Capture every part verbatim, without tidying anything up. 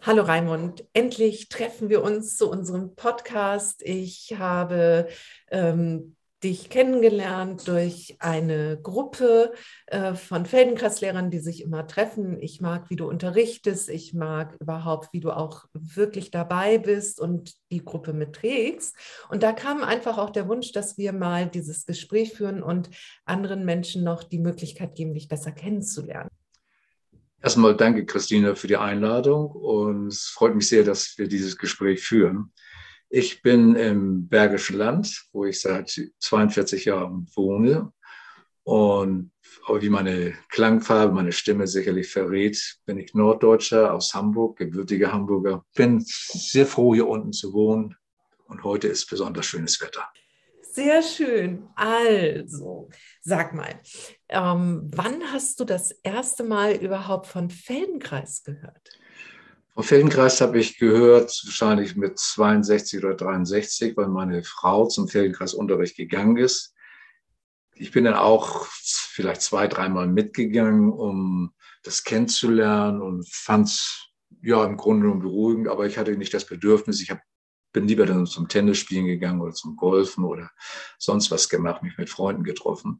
Hallo Raimund, endlich treffen wir uns zu unserem Podcast. Ich habe ähm, dich kennengelernt durch eine Gruppe äh, von Feldenkreislehrern, die sich immer treffen. Ich mag, wie du unterrichtest. Ich mag überhaupt, wie du auch wirklich dabei bist und die Gruppe mitträgst. Und da kam einfach auch der Wunsch, dass wir mal dieses Gespräch führen und anderen Menschen noch die Möglichkeit geben, dich besser kennenzulernen. Erstmal danke, Christine, für die Einladung und es freut mich sehr, dass wir dieses Gespräch führen. Ich bin im Bergischen Land, wo ich seit zweiundvierzig Jahren wohne und wie meine Klangfarbe, meine Stimme sicherlich verrät, bin ich Norddeutscher aus Hamburg, gebürtiger Hamburger. Bin sehr froh, hier unten zu wohnen und heute ist besonders schönes Wetter. Sehr schön. Also, sag mal, ähm, wann hast du das erste Mal überhaupt von Feldenkreis gehört? Vom Feldenkreis habe ich gehört, wahrscheinlich mit zweiundsechzig oder dreiundsechzig, weil meine Frau zum Feldenkreisunterricht gegangen ist. Ich bin dann auch vielleicht zwei, dreimal mitgegangen, um das kennenzulernen und fand es ja im Grunde genommen beruhigend, aber ich hatte nicht das Bedürfnis. Ich hab, bin lieber dann zum Tennisspielen gegangen oder zum Golfen oder sonst was gemacht, mich mit Freunden getroffen.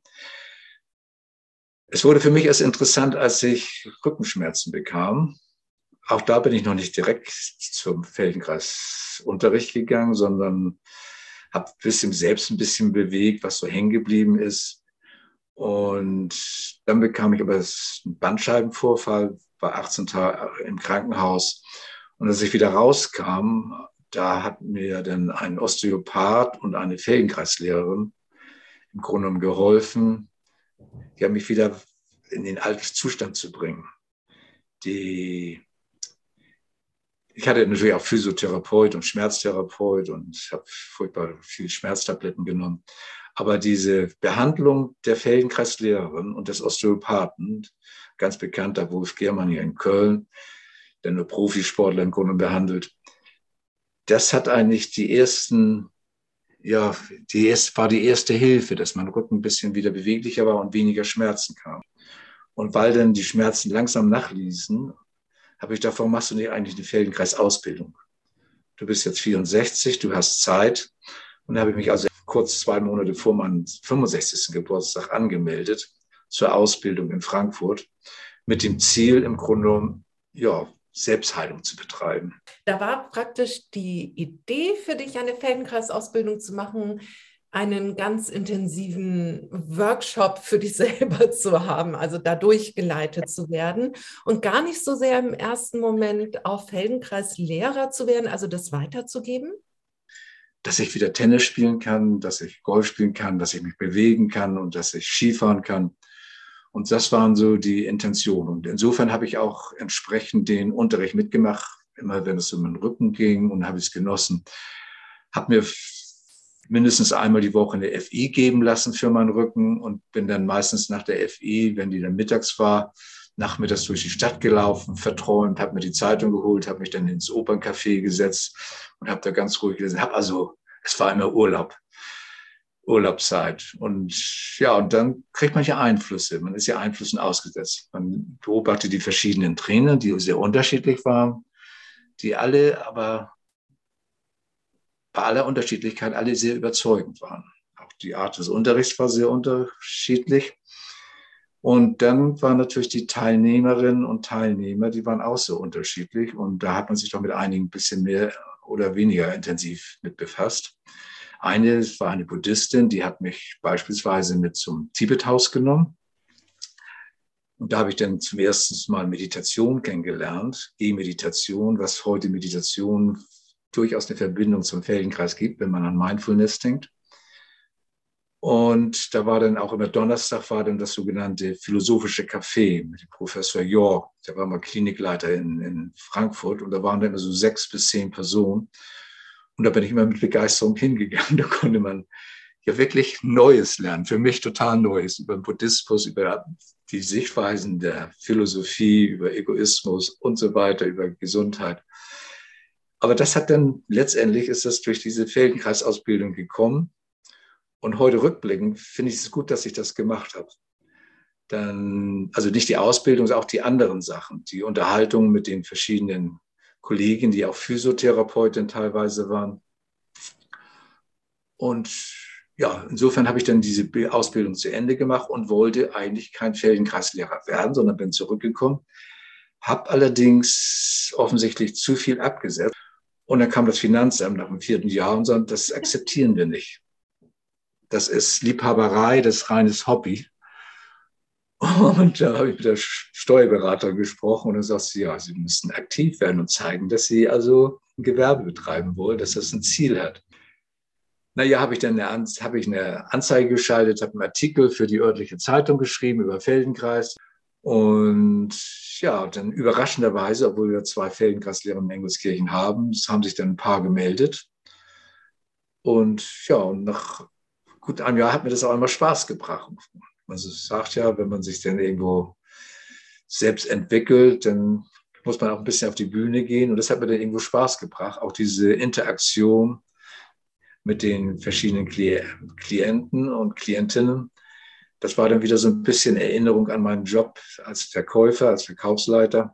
Es wurde für mich erst interessant, als ich Rückenschmerzen bekam. Auch da bin ich noch nicht direkt zum Feldenkreisunterricht gegangen, sondern habe ein bisschen selbst ein bisschen bewegt, was so hängen geblieben ist. Und dann bekam ich aber einen Bandscheibenvorfall, war achtzehn Tage im Krankenhaus. Und als ich wieder rauskam, da hat mir dann ein Osteopath und eine Feldenkreislehrerin im Grunde genommen geholfen, die haben mich wieder in den alten Zustand zu bringen. Die Ich hatte natürlich auch Physiotherapeut und Schmerztherapeut und habe furchtbar viele Schmerztabletten genommen. Aber diese Behandlung der Feldenkreislehrerin und des Osteopathen, ganz bekannt, der Wolf Gehrmann hier in Köln, der nur Profisportler im Grunde behandelt, das hat eigentlich die ersten, ja, die erste, war die erste Hilfe, dass mein Rücken ein bisschen wieder beweglicher war und weniger Schmerzen kam. Und weil dann die Schmerzen langsam nachließen, habe ich davor, machst du nicht eigentlich eine Feldenkreisausbildung? Du bist jetzt vierundsechzig, du hast Zeit. Und da habe ich mich also kurz zwei Monate vor meinem fünfundsechzigsten Geburtstag angemeldet zur Ausbildung in Frankfurt mit dem Ziel, im Grunde genommen, ja, Selbstheilung zu betreiben. Da war praktisch die Idee für dich, eine Feldenkreisausbildung zu machen, einen ganz intensiven Workshop für dich selber zu haben, also da durchgeleitet zu werden und gar nicht so sehr im ersten Moment auf Feldenkreislehrer zu werden, also das weiterzugeben? Dass ich wieder Tennis spielen kann, dass ich Golf spielen kann, dass ich mich bewegen kann und dass ich Skifahren kann. Und das waren so die Intentionen. Und insofern habe ich auch entsprechend den Unterricht mitgemacht, immer wenn es um den Rücken ging, und habe es genossen. Habe mir mindestens einmal die Woche eine F I geben lassen für meinen Rücken und bin dann meistens nach der F I, wenn die dann mittags war, nachmittags durch die Stadt gelaufen, verträumt, habe mir die Zeitung geholt, habe mich dann ins Operncafé gesetzt und habe da ganz ruhig gelesen. Hab also, es war immer Urlaub, Urlaubszeit. Und ja, und dann kriegt man ja Einflüsse. Man ist ja Einflüssen ausgesetzt. Man beobachtet die verschiedenen Trainer, die sehr unterschiedlich waren, die alle aber bei aller Unterschiedlichkeit alle sehr überzeugend waren. Auch die Art des Unterrichts war sehr unterschiedlich. Und dann waren natürlich die Teilnehmerinnen und Teilnehmer, die waren auch so unterschiedlich. Und da hat man sich doch mit einigen ein bisschen mehr oder weniger intensiv mit befasst. Eine war eine Buddhistin, die hat mich beispielsweise mit zum Tibethaus genommen. Und da habe ich dann zum ersten Mal Meditation kennengelernt, E-Meditation, was heute Meditation durchaus eine Verbindung zum Feldenkreis gibt, wenn man an Mindfulness denkt. Und da war dann auch immer Donnerstag war dann das sogenannte philosophische Café mit dem Professor York. Der war mal Klinikleiter in, in Frankfurt und da waren dann immer so sechs bis zehn Personen. Und da bin ich immer mit Begeisterung hingegangen. Da konnte man ja wirklich Neues lernen, für mich total Neues, über den Buddhismus, über die Sichtweisen der Philosophie, über Egoismus und so weiter, über Gesundheit. Aber das hat dann, letztendlich ist das durch diese Feldenkreisausbildung gekommen. Und heute rückblickend finde ich es gut, dass ich das gemacht habe. Dann, also nicht die Ausbildung, sondern auch die anderen Sachen, die Unterhaltung mit den verschiedenen Kollegin, die auch Physiotherapeutin teilweise waren. Und ja, insofern habe ich dann diese Ausbildung zu Ende gemacht und wollte eigentlich kein Feldenkreislehrer werden, sondern bin zurückgekommen, habe allerdings offensichtlich zu viel abgesetzt. Und dann kam das Finanzamt nach dem vierten Jahr und sagte, das akzeptieren wir nicht. Das ist Liebhaberei, das ist reines Hobby. Und da habe ich mit der Steuerberaterin gesprochen und dann sagt sie, ja, Sie müssen aktiv werden und zeigen, dass Sie also ein Gewerbe betreiben wollen, dass das ein Ziel hat. Naja, habe ich dann eine, habe ich eine Anzeige geschaltet, habe einen Artikel für die örtliche Zeitung geschrieben über Feldenkreis. Und ja, dann überraschenderweise, obwohl wir zwei Feldenkreislehrer in Engelskirchen haben, haben sich dann ein paar gemeldet. Und ja, und nach gut einem Jahr hat mir das auch immer Spaß gebracht. Man sagt ja, wenn man sich dann irgendwo selbst entwickelt, dann muss man auch ein bisschen auf die Bühne gehen. Und das hat mir dann irgendwo Spaß gebracht. Auch diese Interaktion mit den verschiedenen Klienten und Klientinnen. Das war dann wieder so ein bisschen Erinnerung an meinen Job als Verkäufer, als Verkaufsleiter.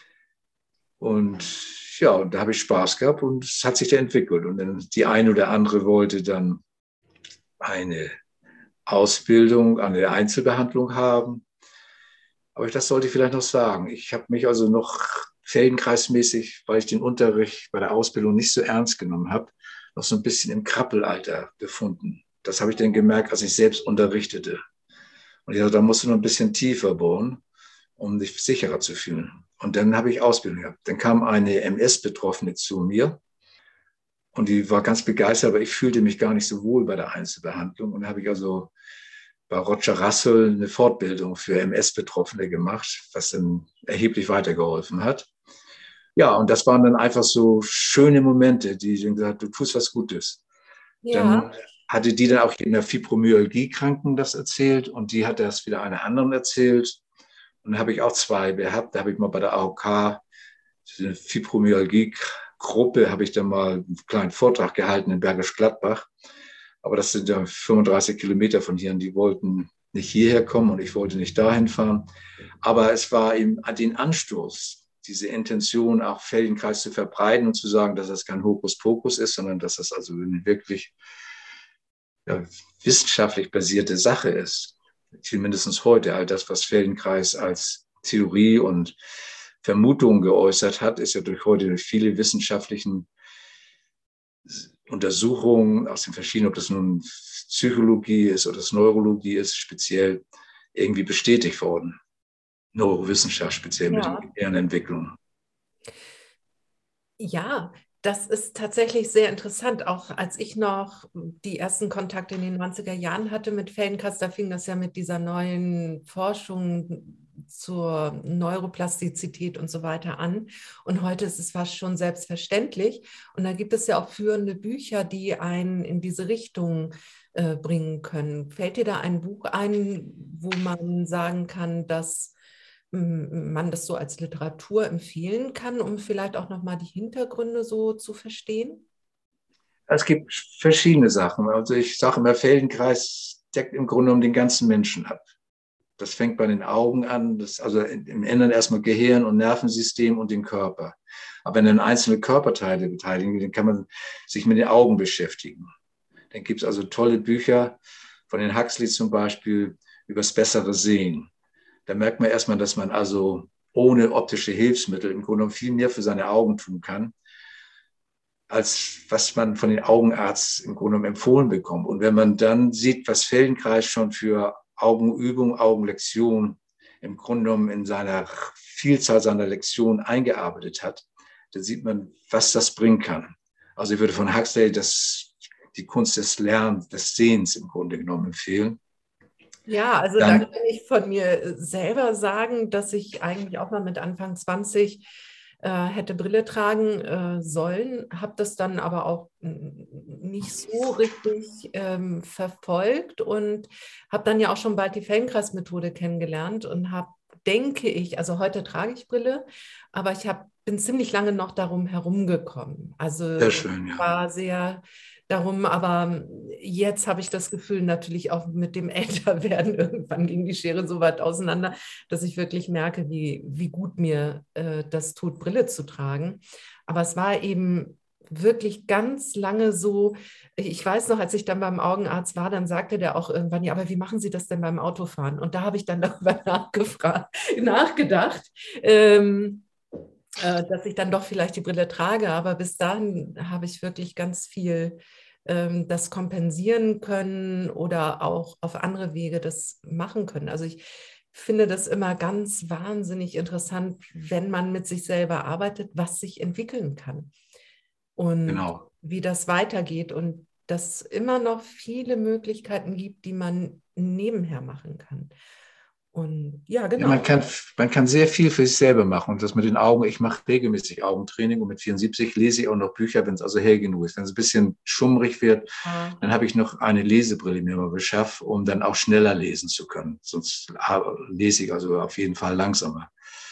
Und ja, und da habe ich Spaß gehabt und es hat sich da entwickelt. Und dann die eine oder andere wollte dann eine Ausbildung, eine Einzelbehandlung haben. Aber das sollte ich vielleicht noch sagen. Ich habe mich also noch feldenkreismäßig, weil ich den Unterricht bei der Ausbildung nicht so ernst genommen habe, noch so ein bisschen im Krappelalter befunden. Das habe ich dann gemerkt, als ich selbst unterrichtete. Und ich dachte, da musst du noch ein bisschen tiefer bohren, um dich sicherer zu fühlen. Und dann habe ich Ausbildung gehabt. Dann kam eine M S-Betroffene zu mir und die war ganz begeistert, aber ich fühlte mich gar nicht so wohl bei der Einzelbehandlung. Und dann habe ich also bei Roger Russell eine Fortbildung für M S-Betroffene gemacht, was dann erheblich weitergeholfen hat. Ja, und das waren dann einfach so schöne Momente, die ich dann gesagt, du tust was Gutes. Ja. Dann hatte die dann auch in der Fibromyalgie-Kranken das erzählt und die hat das wieder einer anderen erzählt. Und dann habe ich auch zwei gehabt. Da habe ich mal bei der A O K, diese Fibromyalgie-Gruppe, habe ich dann mal einen kleinen Vortrag gehalten in Bergisch Gladbach. Aber das sind ja fünfunddreißig Kilometer von hier und die wollten nicht hierher kommen und ich wollte nicht dahin fahren. Aber es war eben den Anstoß, diese Intention, auch Feldenkreis zu verbreiten und zu sagen, dass das kein Hokuspokus ist, sondern dass das also eine wirklich ja, wissenschaftlich basierte Sache ist. Zumindest heute. All das, was Feldenkreis als Theorie und Vermutung geäußert hat, ist ja durch heute durch viele wissenschaftlichen Untersuchungen aus den verschiedenen, ob das nun Psychologie ist oder das Neurologie ist, speziell irgendwie bestätigt worden. Neurowissenschaft, speziell ja. Mit den Gehirnentwicklungen. Ja, das ist tatsächlich sehr interessant. Auch als ich noch die ersten Kontakte in den neunziger Jahren hatte mit Feldenkreis, da fing das ja mit dieser neuen Forschung zur Neuroplastizität und so weiter an. Und heute ist es fast schon selbstverständlich. Und da gibt es ja auch führende Bücher, die einen in diese Richtung äh, bringen können. Fällt dir da ein Buch ein, wo man sagen kann, dass man das so als Literatur empfehlen kann, um vielleicht auch nochmal die Hintergründe so zu verstehen? Es gibt verschiedene Sachen. Also ich sage immer, Feldenkreis deckt im Grunde genommen den ganzen Menschen ab. Das fängt bei den Augen an, das, also im Inneren erstmal Gehirn und Nervensystem und den Körper. Aber wenn dann einzelne Körperteile beteiligen, dann kann man sich mit den Augen beschäftigen. Dann gibt es also tolle Bücher von den Huxley zum Beispiel über das bessere Sehen. Da merkt man erstmal, dass man also ohne optische Hilfsmittel im Grunde genommen viel mehr für seine Augen tun kann, als was man von den Augenarzt im Grunde genommen empfohlen bekommt. Und wenn man dann sieht, was Feldenkreis schon für Augenübung, Augenlektion im Grunde genommen in seiner Vielzahl seiner Lektionen eingearbeitet hat, dann sieht man, was das bringen kann. Also ich würde von Huxley das, die Kunst des Lernens, des Sehens im Grunde genommen empfehlen. Ja, also Dann, da kann ich von mir selber sagen, dass ich eigentlich auch mal mit Anfang zwanzig äh, hätte Brille tragen äh, sollen, habe das dann aber auch nicht so richtig ähm, verfolgt und habe dann ja auch schon bald die Feldenkreis-Methode kennengelernt und habe, denke ich, also heute trage ich Brille, aber ich hab, bin ziemlich lange noch darum herumgekommen. Also sehr schön, ja. war sehr darum, aber jetzt habe ich das Gefühl, natürlich auch mit dem Älterwerden, irgendwann ging die Schere so weit auseinander, dass ich wirklich merke, wie, wie gut mir äh, das tut, Brille zu tragen. Aber es war eben wirklich ganz lange so, ich weiß noch, als ich dann beim Augenarzt war, dann sagte der auch irgendwann, ja, aber wie machen Sie das denn beim Autofahren? Und da habe ich dann darüber nachgefragt, nachgedacht, ähm, äh, dass ich dann doch vielleicht die Brille trage. Aber bis dahin habe ich wirklich ganz viel ähm, das kompensieren können oder auch auf andere Wege das machen können. Also ich finde das immer ganz wahnsinnig interessant, wenn man mit sich selber arbeitet, was sich entwickeln kann und Genau. wie das weitergeht und dass es immer noch viele Möglichkeiten gibt, die man nebenher machen kann. Und ja, Ja, man genau. kann, man kann sehr viel für sich selber machen. Und das mit den Augen, ich mache regelmäßig Augentraining und mit vierundsiebzig lese ich auch noch Bücher, wenn es also hell genug ist. Wenn es ein bisschen schummrig wird, Ja. dann habe ich noch eine Lesebrille mir mal beschafft, um dann auch schneller lesen zu können. Sonst lese ich also auf jeden Fall langsamer.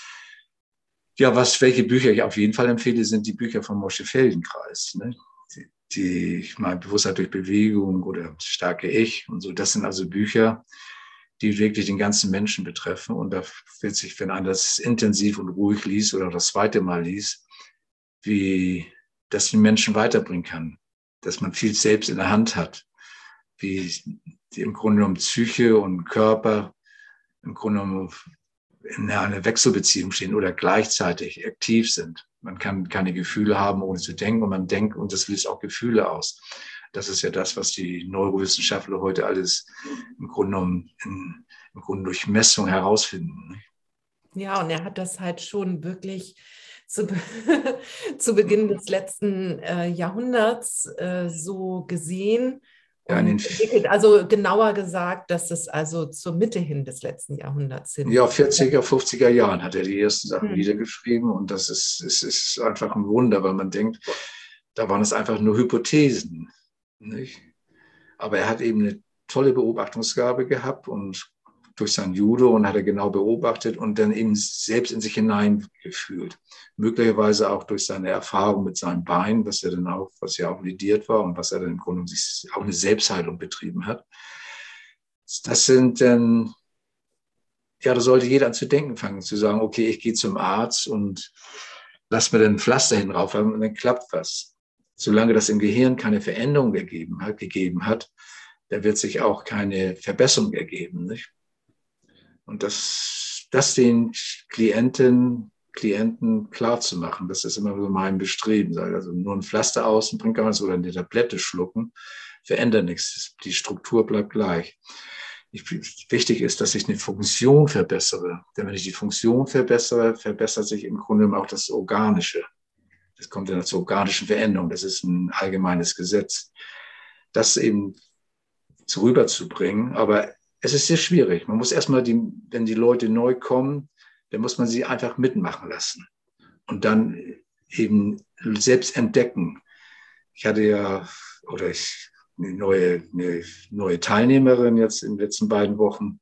Ja, was, welche Bücher ich auf jeden Fall empfehle, sind die Bücher von Moshe Feldenkrais. Ne? Die, die, ich meine, Bewusstheit durch Bewegung oder Starke Ich und so. Das sind also Bücher, die wirklich den ganzen Menschen betreffen. Und da wird sich, wenn einer das intensiv und ruhig liest oder das zweite Mal liest, wie das den Menschen weiterbringen kann. Dass man viel selbst in der Hand hat. Wie die im Grunde genommen Psyche und Körper im Grunde genommen in einer Wechselbeziehung stehen oder gleichzeitig aktiv sind. Man kann keine Gefühle haben, ohne zu denken, und man denkt, und das löst auch Gefühle aus. Das ist ja das, was die Neurowissenschaftler heute alles im Grunde genommen in, im Grunde durch Messung herausfinden. Ja, und er hat das halt schon wirklich zu, zu Beginn des letzten äh, Jahrhunderts äh, so gesehen Ja, in und den, entwickelt. Also genauer gesagt, dass es also zur Mitte hin des letzten Jahrhunderts hin. ja, vierziger, fünfziger Jahren hat er die ersten Sachen Hm. niedergeschrieben, und das ist, ist, ist einfach ein Wunder, weil man denkt, da waren es einfach nur Hypothesen. Nicht? Aber er hat eben eine tolle Beobachtungsgabe gehabt und durch sein Judo, und hat er genau beobachtet und dann eben selbst in sich hineingefühlt. Möglicherweise auch durch seine Erfahrung mit seinem Bein, was er dann auch, was ja auch lidiert war und was er dann im Grunde sich auch eine Selbstheilung betrieben hat. Das sind dann, ja, da sollte jeder an zu denken fangen, zu sagen, okay, ich gehe zum Arzt und lass mir dann ein Pflaster hin rauf, und dann klappt was. Solange das im Gehirn keine Veränderung gegeben hat, gegeben hat, da wird sich auch keine Verbesserung ergeben. Nicht? Und das, das den Klienten, Klienten klar zu machen, das ist immer so mein Bestreben. Also nur ein Pflaster außen bringt gar nichts, oder eine Tablette schlucken, verändert nichts. Die Struktur bleibt gleich. Ich, wichtig ist, dass ich eine Funktion verbessere. Denn wenn ich die Funktion verbessere, verbessert sich im Grunde auch das Organische. Das kommt dann zur organischen Veränderung. Das ist ein allgemeines Gesetz. Das eben rüberzubringen, aber es ist sehr schwierig. Man muss erstmal, die, wenn die Leute neu kommen, dann muss man sie einfach mitmachen lassen und dann eben selbst entdecken. Ich hatte ja, oder ich, eine neue, eine neue Teilnehmerin jetzt in den letzten beiden Wochen,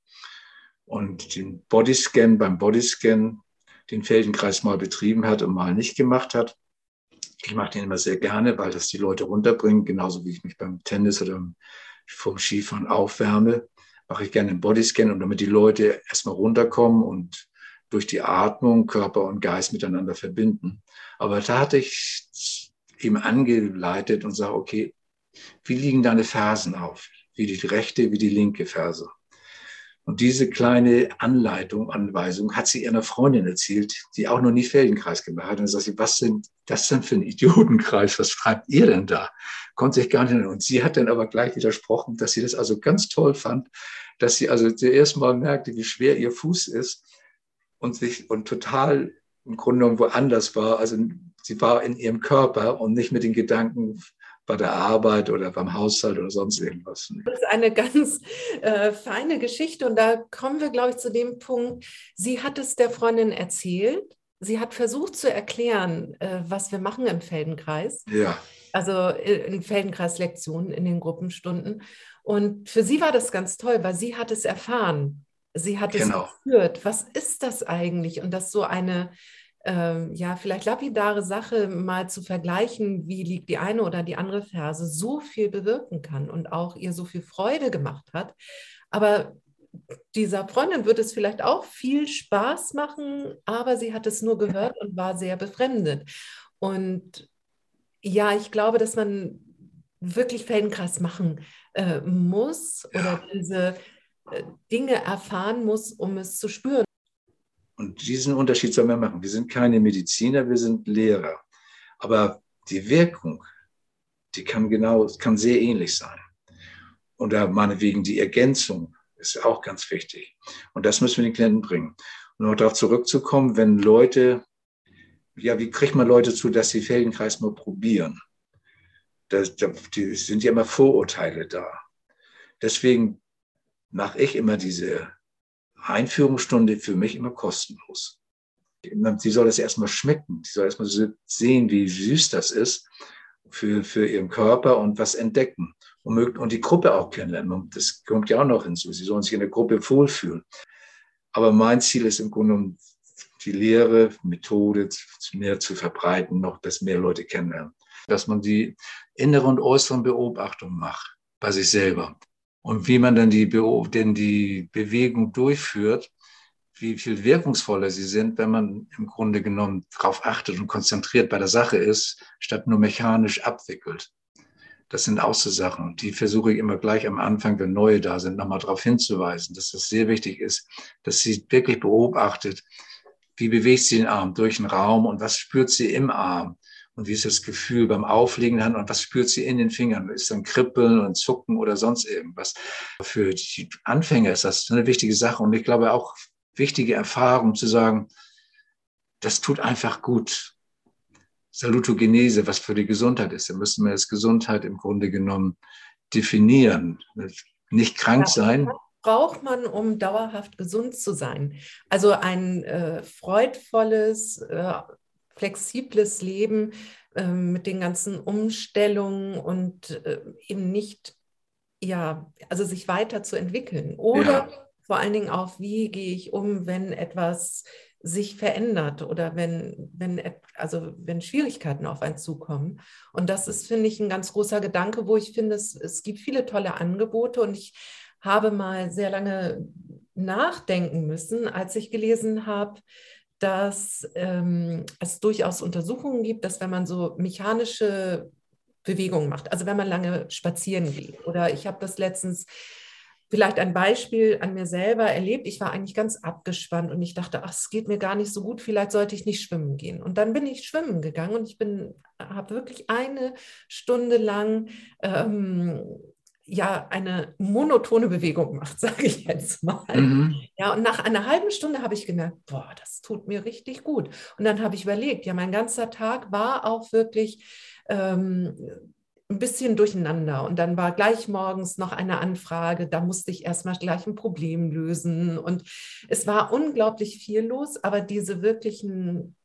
und den Bodyscan, beim Bodyscan, den Feldenkrais mal betrieben hat und mal nicht gemacht hat. Ich mache den immer sehr gerne, weil das die Leute runterbringt, genauso wie ich mich beim Tennis oder vom Skifahren aufwärme, mache ich gerne einen Bodyscan, und damit die Leute erstmal runterkommen und durch die Atmung Körper und Geist miteinander verbinden. Aber da hatte ich eben angeleitet und sage, okay, wie liegen deine Fersen auf? Wie die rechte, wie die linke Ferse. Und diese kleine Anleitung, Anweisung hat sie einer Freundin erzählt, die auch noch nie Feldenkrais gemacht hat. Und dann sagt sie, was sind das denn für ein Idiotenkreis? Was treibt ihr denn da? Konnte sich gar nicht erinnern. Und sie hat dann aber gleich widersprochen, dass sie das also ganz toll fand, dass sie also zuerst mal merkte, wie schwer ihr Fuß ist und sich und total im Grunde genommen woanders war. Also sie war in ihrem Körper und nicht mit den Gedanken bei der Arbeit oder beim Haushalt oder sonst irgendwas. Das ist eine ganz äh, feine Geschichte, und da kommen wir, glaube ich, zu dem Punkt, sie hat es der Freundin erzählt, sie hat versucht zu erklären, äh, was wir machen im Feldenkreis, Ja. also in Feldenkreis-Lektionen in den Gruppenstunden, und für sie war das ganz toll, weil sie hat es erfahren, sie hat es Genau. gespürt, was ist das eigentlich, und dass so eine ähm, ja, vielleicht lapidare Sache mal zu vergleichen, wie liegt die eine oder die andere Ferse, so viel bewirken kann und auch ihr so viel Freude gemacht hat. Aber dieser Freundin wird es vielleicht auch viel Spaß machen, aber sie hat es nur gehört und war sehr befremdet. Und ja, ich glaube, dass man wirklich Feldenkreis machen äh, muss oder Ja. diese äh, Dinge erfahren muss, um es zu spüren. Und diesen Unterschied soll man machen. Wir sind keine Mediziner, wir sind Lehrer. Aber die Wirkung, die kann genau, kann sehr ähnlich sein. Und da meinetwegen die Ergänzung ist auch ganz wichtig. Und das müssen wir den Klienten bringen. Und noch darauf zurückzukommen, wenn Leute, ja, wie kriegt man Leute zu, dass sie Feldenkreis mal probieren? Da, da die sind ja immer Vorurteile da. Deswegen mache ich immer diese Einführungsstunde für mich immer kostenlos. Sie soll das erstmal schmecken. Sie soll erstmal sehen, wie süß das ist für, für ihren Körper und was entdecken. Und, und die Gruppe auch kennenlernen. Das kommt ja auch noch hinzu. Sie sollen sich in der Gruppe wohlfühlen. Aber mein Ziel ist im Grunde genommen, die Lehre, Methode mehr zu verbreiten, noch, dass mehr Leute kennenlernen. Dass man die innere und äußere Beobachtung macht bei sich selber. Und wie man dann die, Be- denn die Bewegung durchführt, wie viel wirkungsvoller sie sind, wenn man im Grunde genommen darauf achtet und konzentriert bei der Sache ist, statt nur mechanisch abwickelt. Das sind auch so Sachen, die versuche ich immer gleich am Anfang, wenn neue da sind, nochmal darauf hinzuweisen, dass es sehr wichtig ist, dass sie wirklich beobachtet, wie bewegt sie den Arm durch den Raum und was spürt sie im Arm und wie ist das Gefühl beim Auflegen der Hand und was spürt sie in den Fingern? Ist dann Kribbeln und Zucken oder sonst irgendwas? Für die Anfänger ist das eine wichtige Sache und ich glaube auch wichtige Erfahrung zu sagen, das tut einfach gut. Salutogenese, was für die Gesundheit ist. Da müssen wir als Gesundheit im Grunde genommen definieren. Nicht krank sein. Was braucht man, um dauerhaft gesund zu sein? Also ein äh, freudvolles, äh, flexibles Leben äh, mit den ganzen Umstellungen und äh, eben nicht, ja, also sich weiterzuentwickeln. Oder Ja. vor allen Dingen auch, wie gehe ich um, wenn etwas sich verändert oder wenn, wenn, also wenn Schwierigkeiten auf einen zukommen. Und das ist, finde ich, ein ganz großer Gedanke, wo ich finde, es, es gibt viele tolle Angebote und ich habe mal sehr lange nachdenken müssen, als ich gelesen habe, dass ähm, es durchaus Untersuchungen gibt, dass wenn man so mechanische Bewegungen macht, also wenn man lange spazieren geht oder ich habe das letztens vielleicht ein Beispiel an mir selber erlebt. Ich war eigentlich ganz abgespannt und ich dachte, ach, es geht mir gar nicht so gut, vielleicht sollte ich nicht schwimmen gehen. Und dann bin ich schwimmen gegangen und ich bin, habe wirklich eine Stunde lang ähm, ja eine monotone Bewegung gemacht, sage ich jetzt mal. Mhm. Ja, und nach einer halben Stunde habe ich gemerkt, boah, das tut mir richtig gut. Und dann habe ich überlegt, ja, mein ganzer Tag war auch wirklich ähm, ein bisschen durcheinander. Und dann war gleich morgens noch eine Anfrage, da musste ich erstmal gleich ein Problem lösen. Und es war unglaublich viel los, aber diese wirklichen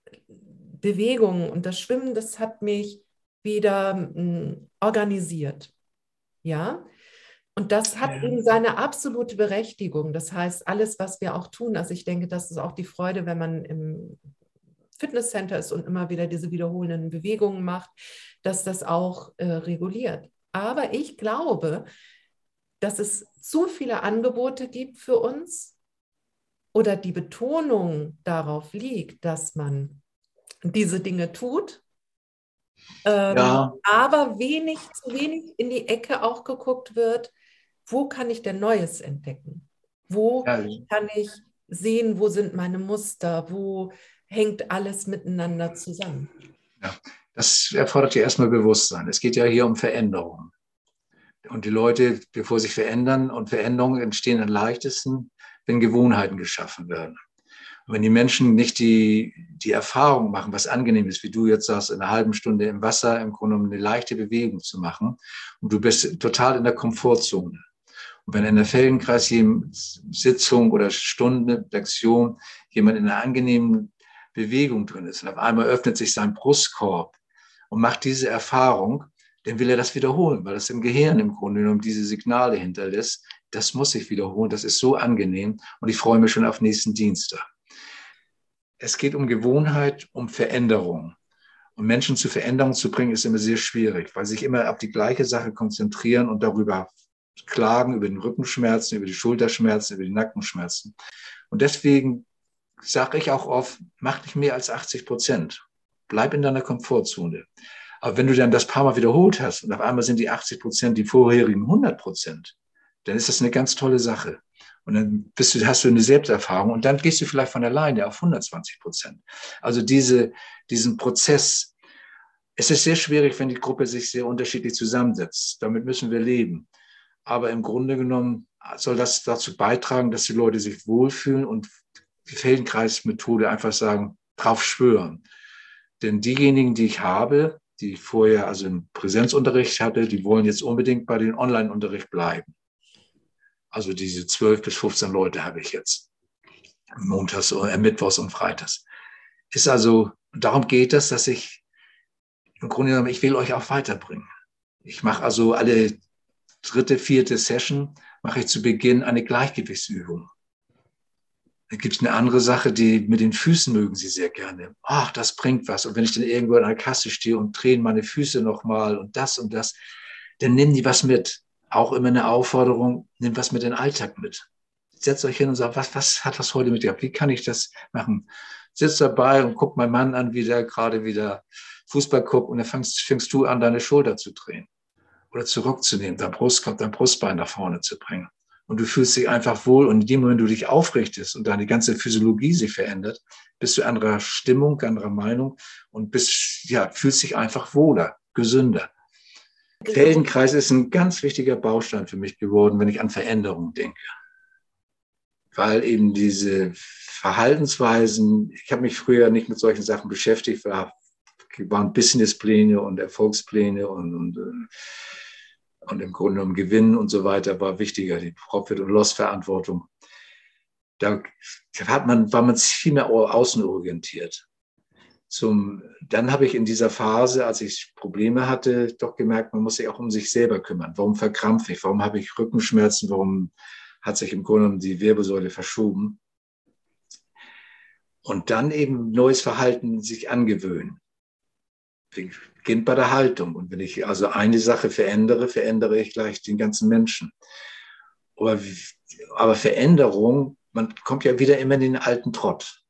Bewegungen und das Schwimmen, das hat mich wieder mh, organisiert. Ja, und das hat Ja. eben seine absolute Berechtigung. Das heißt, alles, was wir auch tun, also ich denke, das ist auch die Freude, wenn man im Fitnesscenter ist und immer wieder diese wiederholenden Bewegungen macht, dass das auch äh, reguliert. Aber ich glaube, dass es zu viele Angebote gibt für uns oder die Betonung darauf liegt, dass man diese Dinge tut, ähm, Ja, aber wenig, zu wenig in die Ecke auch geguckt wird, wo kann ich denn Neues entdecken? Wo ja, kann ich sehen, wo sind meine Muster, wo hängt alles miteinander zusammen? ja. Das erfordert ja erstmal Bewusstsein. Es geht ja hier um Veränderung. Und die Leute, bevor sie sich verändern, und Veränderungen entstehen am leichtesten, wenn Gewohnheiten geschaffen werden. Und wenn die Menschen nicht die, die Erfahrung machen, was angenehm ist, wie du jetzt sagst, in einer halben Stunde im Wasser im Grunde um eine leichte Bewegung zu machen, und du bist total in der Komfortzone. Und wenn in der Feldenkreis-Sitzung oder Stunde, Lektion jemand in einer angenehmen Bewegung drin ist und auf einmal öffnet sich sein Brustkorb und macht diese Erfahrung, dann will er das wiederholen, weil das im Gehirn im Grunde genommen diese Signale hinterlässt. Das muss ich wiederholen, das ist so angenehm und ich freue mich schon auf nächsten Dienstag. es geht um Gewohnheit, um Veränderung. Und Menschen zu Veränderung zu bringen, ist immer sehr schwierig, weil sie sich immer auf die gleiche Sache konzentrieren und darüber klagen, über den Rückenschmerzen, über die Schulterschmerzen, über die Nackenschmerzen. Und deswegen sage ich auch oft, mach nicht mehr als achtzig Prozent. Bleib in deiner Komfortzone. Aber wenn du dann das paar Mal wiederholt hast und auf einmal sind die achtzig Prozent die vorherigen hundert Prozent, dann ist das eine ganz tolle Sache. Und dann bist du, hast du eine Selbsterfahrung und dann gehst du vielleicht von alleine auf hundertzwanzig Prozent. Also diese, diesen Prozess. Es ist sehr schwierig, wenn die Gruppe sich sehr unterschiedlich zusammensetzt. Damit müssen wir leben. Aber im Grunde genommen soll das dazu beitragen, dass die Leute sich wohlfühlen und die Feldenkreis-Methode einfach sagen, drauf schwören. Denn diejenigen, die ich habe, die ich vorher also im Präsenzunterricht hatte, die wollen jetzt unbedingt bei den Online-Unterricht bleiben. Also diese zwölf bis fünfzehn Leute habe ich jetzt. Montags, äh, Mittwochs und Freitags. Ist also, darum geht es, dass ich im Grunde genommen, ich will euch auch weiterbringen. Ich mache also alle dritte, vierte Session, mache ich zu Beginn eine Gleichgewichtsübung. Da gibt es eine andere Sache, die mit den Füßen mögen sie sehr gerne. Ach, das bringt was. Und wenn ich dann irgendwo an der Kasse stehe und drehe meine Füße nochmal und das und das, dann nehmen die was mit. Auch immer eine Aufforderung, nehmt was mit in den Alltag mit. Setzt euch hin und sagt, was, was hat das heute mit dir? Wie kann ich das machen? Sitzt dabei und guckt meinen Mann an, wie der gerade wieder Fußball guckt und dann fängst, fängst du an, deine Schulter zu drehen oder zurückzunehmen, dein Brustkorb, dein Brustbein nach vorne zu bringen. Und du fühlst dich einfach wohl und in dem Moment, du dich aufrichtest und deine ganze Physiologie sich verändert, bist du anderer Stimmung, anderer Meinung und bist, ja, fühlst dich einfach wohler, gesünder. Feldenkreis ist ein ganz wichtiger Baustein für mich geworden, wenn ich an Veränderung denke. Weil eben diese Verhaltensweisen, ich habe mich früher nicht mit solchen Sachen beschäftigt, war, waren Businesspläne und Erfolgspläne und, und, und im Grunde um Gewinn und so weiter war wichtiger, die Profit- und Loss-Verantwortung. Da hat man, war man viel mehr außenorientiert. Zum, dann habe ich in dieser Phase, als ich Probleme hatte, doch gemerkt, man muss sich auch um sich selber kümmern. Warum verkrampfe ich? Warum habe ich Rückenschmerzen? Warum hat sich im Grunde genommen die Wirbelsäule verschoben? Und dann eben neues Verhalten sich angewöhnen. Beginnt bei der Haltung. Und wenn ich also eine Sache verändere, verändere ich gleich den ganzen Menschen. Aber, aber Veränderung, man kommt ja wieder immer in den alten Trott.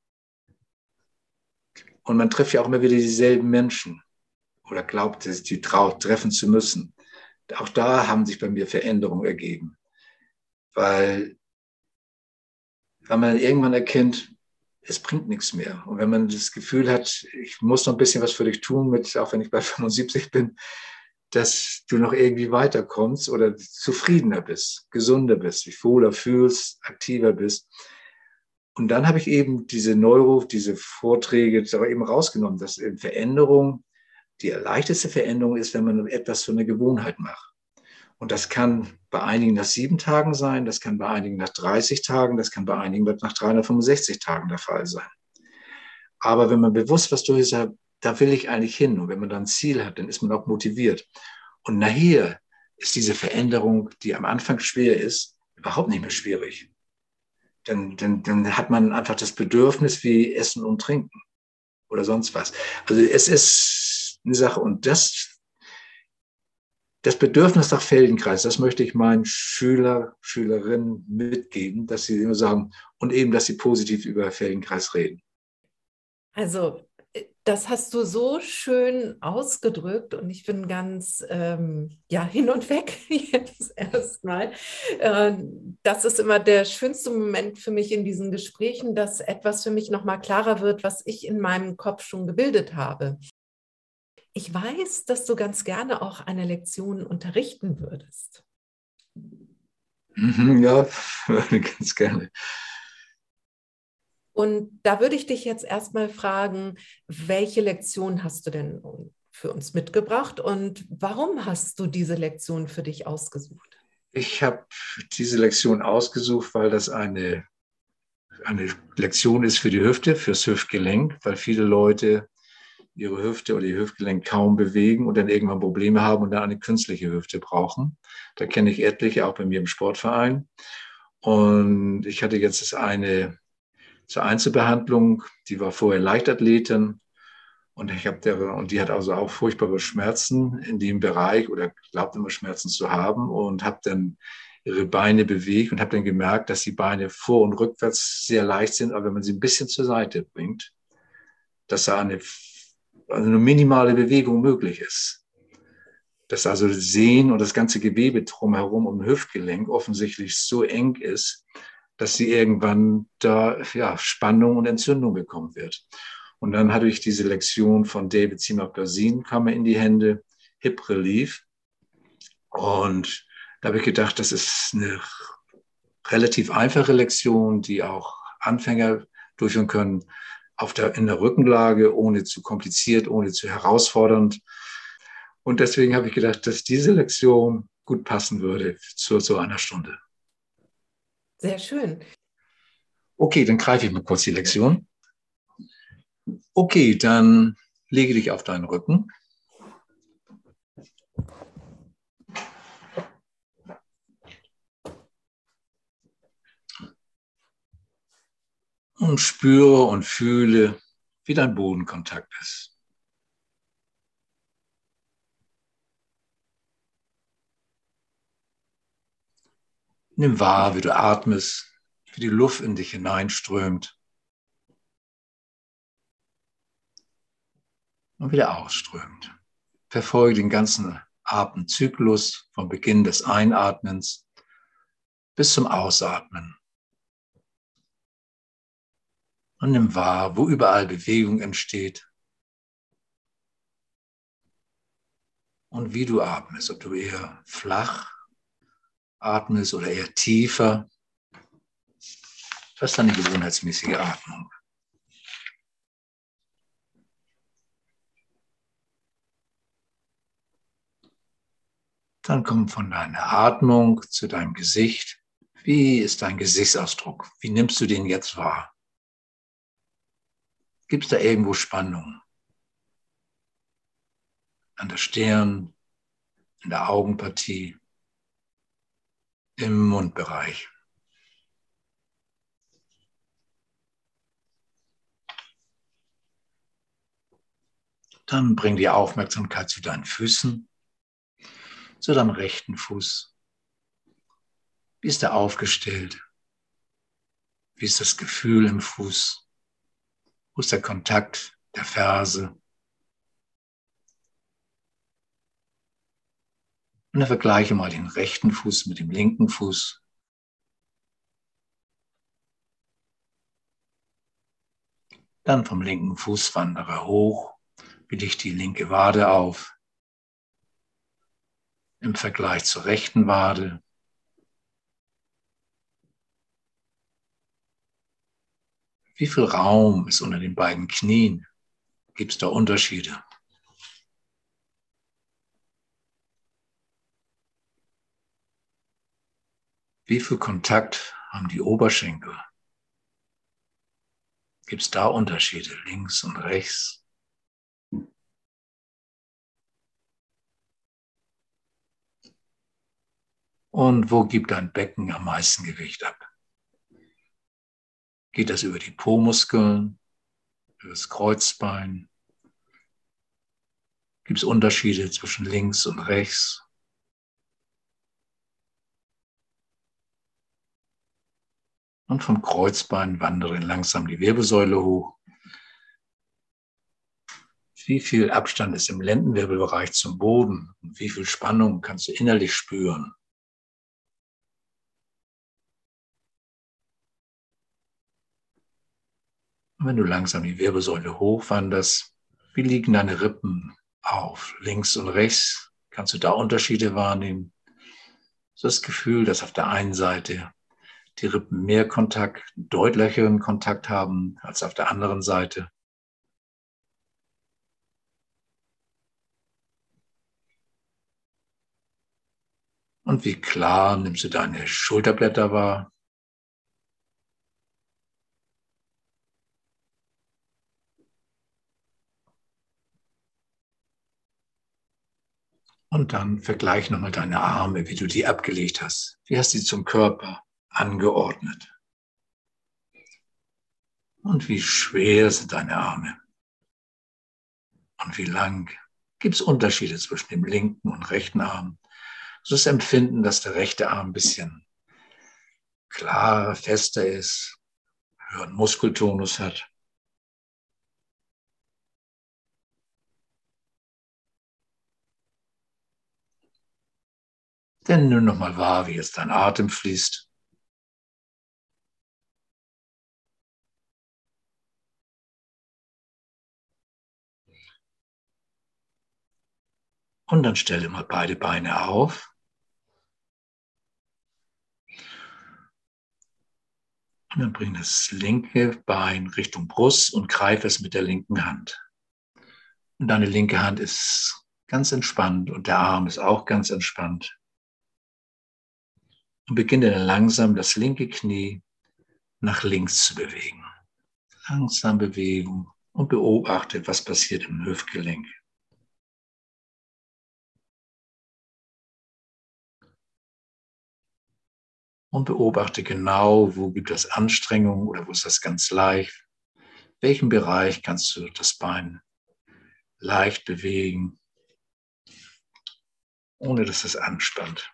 Und man trifft ja auch immer wieder dieselben Menschen oder glaubt, die treffen zu müssen. Auch da haben sich bei mir Veränderungen ergeben. Weil, weil man irgendwann erkennt, es bringt nichts mehr. Und wenn man das Gefühl hat, ich muss noch ein bisschen was für dich tun, mit, auch wenn ich bei fünfundsiebzig bin, dass du noch irgendwie weiterkommst oder zufriedener bist, gesunder bist, dich wohler fühlst, aktiver bist. Und dann habe ich eben diese Neuro, diese Vorträge aber eben rausgenommen, dass in Veränderung die leichteste Veränderung ist, wenn man etwas für eine Gewohnheit macht. Und das kann bei einigen nach sieben Tagen sein, das kann bei einigen nach dreißig Tagen, das kann bei einigen nach dreihundertfünfundsechzig Tagen der Fall sein. Aber wenn man bewusst was durch ist, da will ich eigentlich hin. Und wenn man dann ein Ziel hat, dann ist man auch motiviert. Und nachher ist diese Veränderung, die am Anfang schwer ist, überhaupt nicht mehr schwierig. Dann, dann, dann hat man einfach das Bedürfnis wie Essen und Trinken oder sonst was. Also es ist eine Sache und das, das Bedürfnis nach Feldenkreis, das möchte ich meinen Schüler, Schülerinnen mitgeben, dass sie immer sagen und eben, dass sie positiv über Feldenkreis reden. Also das hast du so schön ausgedrückt und ich bin ganz ähm, ja, hin und weg jetzt erstmal. Äh, das ist immer der schönste Moment für mich in diesen Gesprächen, dass etwas für mich nochmal klarer wird, was ich in meinem Kopf schon gebildet habe. Ich weiß, dass du ganz gerne auch eine Lektion unterrichten würdest. Ja, ganz gerne. Und da würde ich dich jetzt erstmal fragen, welche Lektion hast du denn für uns mitgebracht und warum hast du diese Lektion für dich ausgesucht? Ich habe diese Lektion ausgesucht, weil das eine, eine Lektion ist für die Hüfte, fürs Hüftgelenk, weil viele Leute ihre Hüfte oder ihr Hüftgelenk kaum bewegen und dann irgendwann Probleme haben und dann eine künstliche Hüfte brauchen. Da kenne ich etliche, auch bei mir im Sportverein. Und ich hatte jetzt das eine zur Einzelbehandlung. Die war vorher Leichtathletin und ich habe der und die hat also auch furchtbare Schmerzen in dem Bereich oder glaubt immer Schmerzen zu haben und habe dann ihre Beine bewegt und habe dann gemerkt, dass die Beine vor- und rückwärts sehr leicht sind, aber wenn man sie ein bisschen zur Seite bringt, dass da eine, also eine minimale Bewegung möglich ist. Dass also das Sehnen und das ganze Gewebe drumherum um den Hüftgelenk offensichtlich so eng ist, dass sie irgendwann da ja, Spannung und Entzündung bekommen wird. Und dann hatte ich diese Lektion von David Simapazin, kam mir in die Hände, Hip Relief. Und da habe ich gedacht, das ist eine relativ einfache Lektion, die auch Anfänger durchführen können, auf der, in der Rückenlage, ohne zu kompliziert, ohne zu herausfordernd. Und deswegen habe ich gedacht, dass diese Lektion gut passen würde zu so einer Stunde. Sehr schön. Okay, dann greife ich mal kurz die Lektion. Okay, dann lege dich auf deinen Rücken. Und spüre und fühle, wie dein Bodenkontakt ist. Nimm wahr, wie du atmest, wie die Luft in dich hineinströmt und wieder ausströmt. Verfolge den ganzen Atemzyklus vom Beginn des Einatmens bis zum Ausatmen. Und nimm wahr, wo überall Bewegung entsteht und wie du atmest, ob du eher flach atmest oder eher tiefer. Was ist deine gewohnheitsmäßige Atmung? Dann komm von deiner Atmung zu deinem Gesicht. Wie ist dein Gesichtsausdruck? Wie nimmst du den jetzt wahr? Gibt es da irgendwo Spannung? An der Stirn, in der Augenpartie, im Mundbereich? Dann bring die Aufmerksamkeit zu deinen Füßen, zu deinem rechten Fuß. Wie ist er aufgestellt? Wie ist das Gefühl im Fuß? Wo ist der Kontakt der Ferse? Und dann vergleiche mal den rechten Fuß mit dem linken Fuß. Dann vom linken Fuß wandere hoch, biege die linke Wade auf. Im Vergleich zur rechten Wade. Wie viel Raum ist unter den beiden Knien? Gibt es da Unterschiede? Wie viel Kontakt haben die Oberschenkel? Gibt es da Unterschiede, links und rechts? Und wo gibt dein Becken am meisten Gewicht ab? Geht das über die Po-Muskeln, über das Kreuzbein? Gibt es Unterschiede zwischen links und rechts? Und vom Kreuzbein wandere langsam die Wirbelsäule hoch. Wie viel Abstand ist im Lendenwirbelbereich zum Boden? Und wie viel Spannung kannst du innerlich spüren? Und wenn du langsam die Wirbelsäule hochwanderst, wie liegen deine Rippen auf? Links und rechts? Kannst du da Unterschiede wahrnehmen? So das Gefühl, dass auf der einen Seite die Rippen mehr Kontakt, deutlicheren Kontakt haben als auf der anderen Seite. Und wie klar nimmst du deine Schulterblätter wahr? Und dann vergleich nochmal deine Arme, wie du die abgelegt hast. Wie hast du sie zum Körper angeordnet? Und wie schwer sind deine Arme? Und wie lang? Gibt es Unterschiede zwischen dem linken und rechten Arm? So das Empfinden, dass der rechte Arm ein bisschen klarer, fester ist, höheren Muskeltonus hat. Denn nimm nochmal wahr, wie jetzt dein Atem fließt. Und dann stelle mal beide Beine auf. Und dann bring das linke Bein Richtung Brust und greife es mit der linken Hand. Und deine linke Hand ist ganz entspannt und der Arm ist auch ganz entspannt. Und beginne dann langsam das linke Knie nach links zu bewegen. Langsam bewegen und beobachte, was passiert im Hüftgelenk. Und beobachte genau, wo gibt es Anstrengung oder wo ist das ganz leicht. Welchen Bereich kannst du das Bein leicht bewegen, ohne dass es anspannt.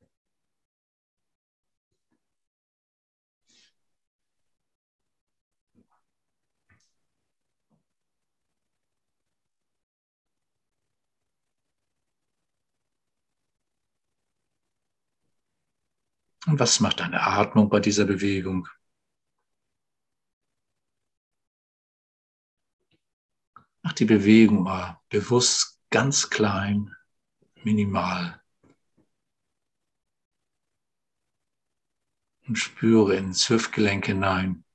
Und was macht deine Atmung bei dieser Bewegung? Mach die Bewegung mal bewusst ganz klein, minimal. Und spüre ins Hüftgelenk hinein.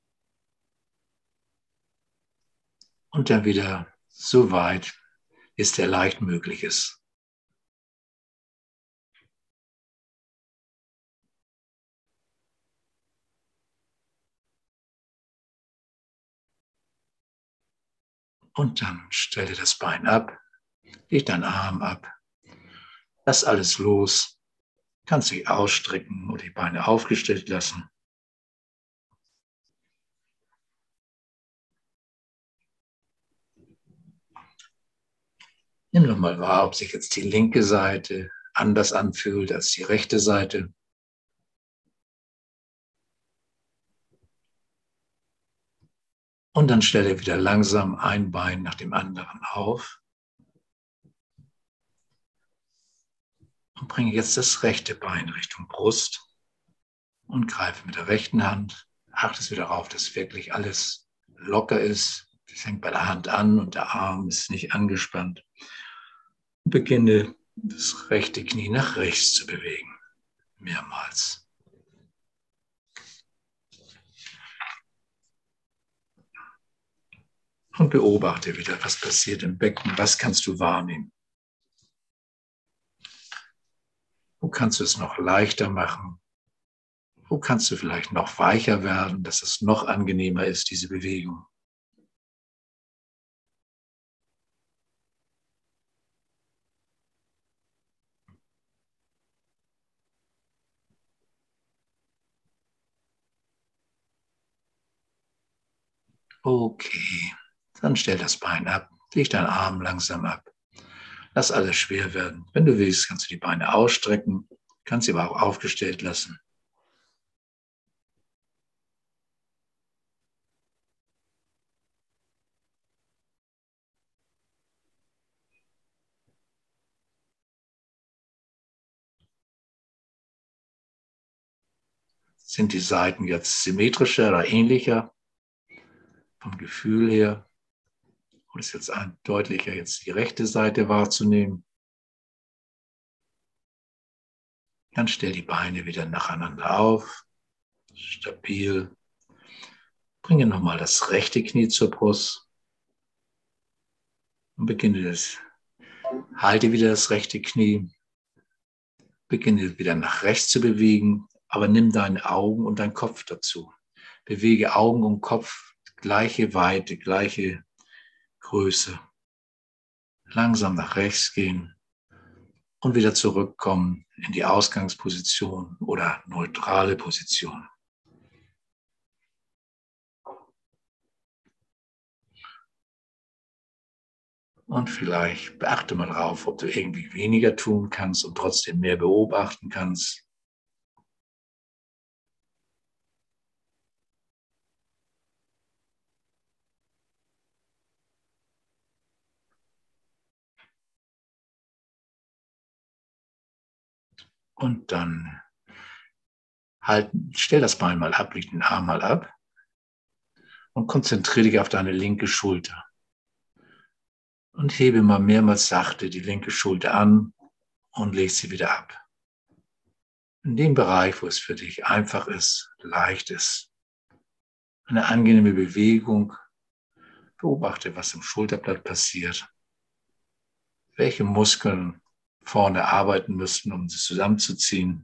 Und dann wieder so weit, wie es dir leicht möglich ist. Und dann stelle das Bein ab, leg deinen Arm ab. Lass alles los. Kannst dich ausstrecken oder die Beine aufgestellt lassen. Nimm doch mal wahr, ob sich jetzt die linke Seite anders anfühlt als die rechte Seite. Und dann stelle wieder langsam ein Bein nach dem anderen auf. Und bringe jetzt das rechte Bein Richtung Brust. Und greife mit der rechten Hand. Achte wieder darauf, dass wirklich alles locker ist. Das fängt bei der Hand an und der Arm ist nicht angespannt. Und beginne das rechte Knie nach rechts zu bewegen. Mehrmals. Und beobachte wieder, was passiert im Becken. Was kannst du wahrnehmen? Wo kannst du es noch leichter machen? Wo kannst du vielleicht noch weicher werden, dass es noch angenehmer ist, diese Bewegung? Okay, dann stell das Bein ab, leg deinen Arm langsam ab. Lass alles schwer werden. Wenn du willst, kannst du die Beine ausstrecken, kannst sie aber auch aufgestellt lassen. Sind die Seiten jetzt symmetrischer oder ähnlicher vom Gefühl her? Oder ist jetzt deutlicher, jetzt die rechte Seite wahrzunehmen? Dann stell die Beine wieder nacheinander auf, stabil. Bringe nochmal das rechte Knie zur Brust und beginne das. Halte wieder das rechte Knie. Beginne wieder nach rechts zu bewegen, aber nimm deine Augen und deinen Kopf dazu. Bewege Augen und Kopf gleiche Weite, gleiche Größe. Langsam nach rechts gehen und wieder zurückkommen in die Ausgangsposition oder neutrale Position. Und vielleicht beachte mal drauf, ob du irgendwie weniger tun kannst und trotzdem mehr beobachten kannst. Und dann halt, stell das Bein mal ab, leg den Arm mal ab und konzentriere dich auf deine linke Schulter. Und hebe mal mehrmals sachte die linke Schulter an und leg sie wieder ab. In dem Bereich, wo es für dich einfach ist, leicht ist. Eine angenehme Bewegung. Beobachte, was im Schulterblatt passiert. Welche Muskeln vorne arbeiten müssen, um sie zusammenzuziehen.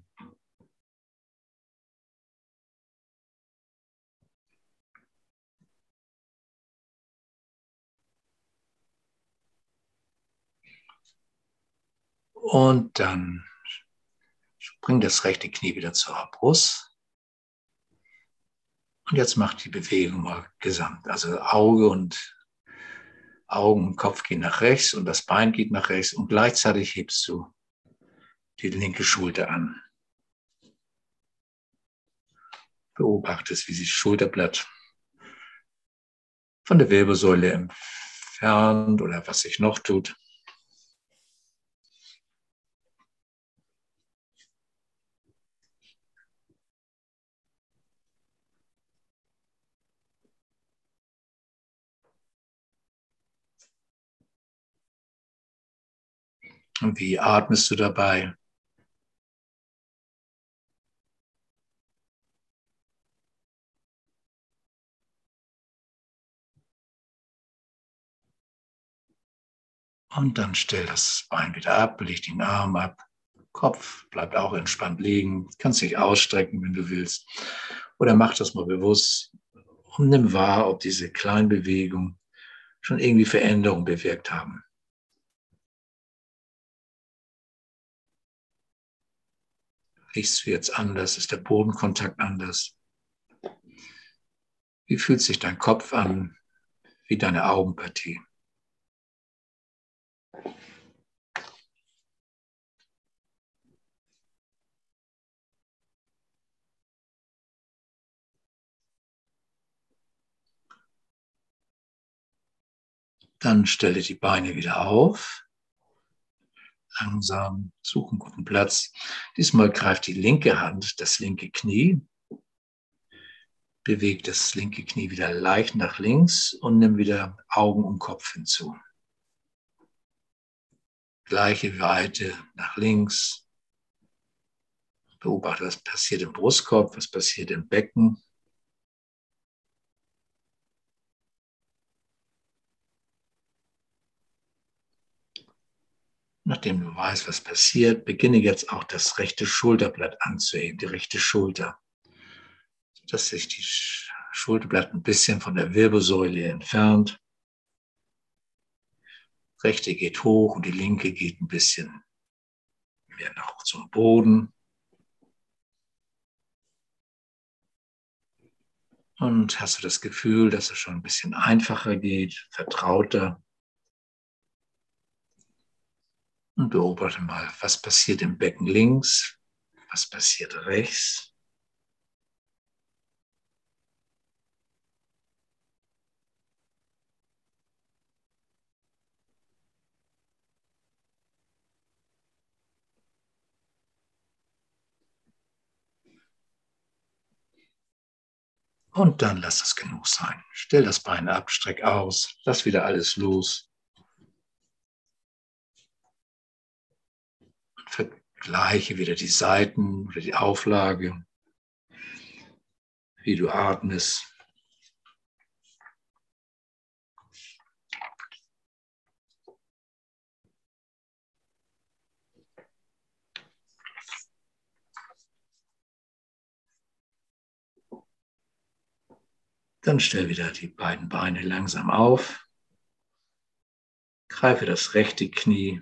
Und dann bring das rechte Knie wieder zur Brust. Und jetzt mach die Bewegung mal gesamt. Also Auge und Augen und Kopf gehen nach rechts und das Bein geht nach rechts und gleichzeitig hebst du die linke Schulter an. Beobachtest, wie sich das Schulterblatt von der Wirbelsäule entfernt oder was sich noch tut. Und wie atmest du dabei? Und dann stell das Bein wieder ab, leg den Arm ab. Kopf bleibt auch entspannt liegen. Kannst dich ausstrecken, wenn du willst. Oder mach das mal bewusst und nimm wahr, ob diese kleinen Bewegungen schon irgendwie Veränderungen bewirkt haben. Riechst du jetzt anders? Ist der Bodenkontakt anders? Wie fühlt sich dein Kopf an? Wie deine Augenpartie? Dann stelle die Beine wieder auf. Langsam, such einen guten Platz. Diesmal greift die linke Hand das linke Knie. Beweg das linke Knie wieder leicht nach links und nimm wieder Augen und Kopf hinzu. Gleiche Weite nach links. Beobachte, was passiert im Brustkorb, was passiert im Becken. Nachdem du weißt, was passiert, beginne jetzt auch das rechte Schulterblatt anzuheben, die rechte Schulter. Dass sich die Schulterblatt ein bisschen von der Wirbelsäule entfernt. Rechte geht hoch und die linke geht ein bisschen mehr nach zum Boden. Und hast du das Gefühl, dass es schon ein bisschen einfacher geht, vertrauter? Und beobachte mal, was passiert im Becken links, was passiert rechts. Und dann lass es genug sein. Stell das Bein ab, streck aus, lass wieder alles los. Und vergleiche wieder die Seiten oder die Auflage, wie du atmest. Dann stell wieder die beiden Beine langsam auf. Greife das rechte Knie.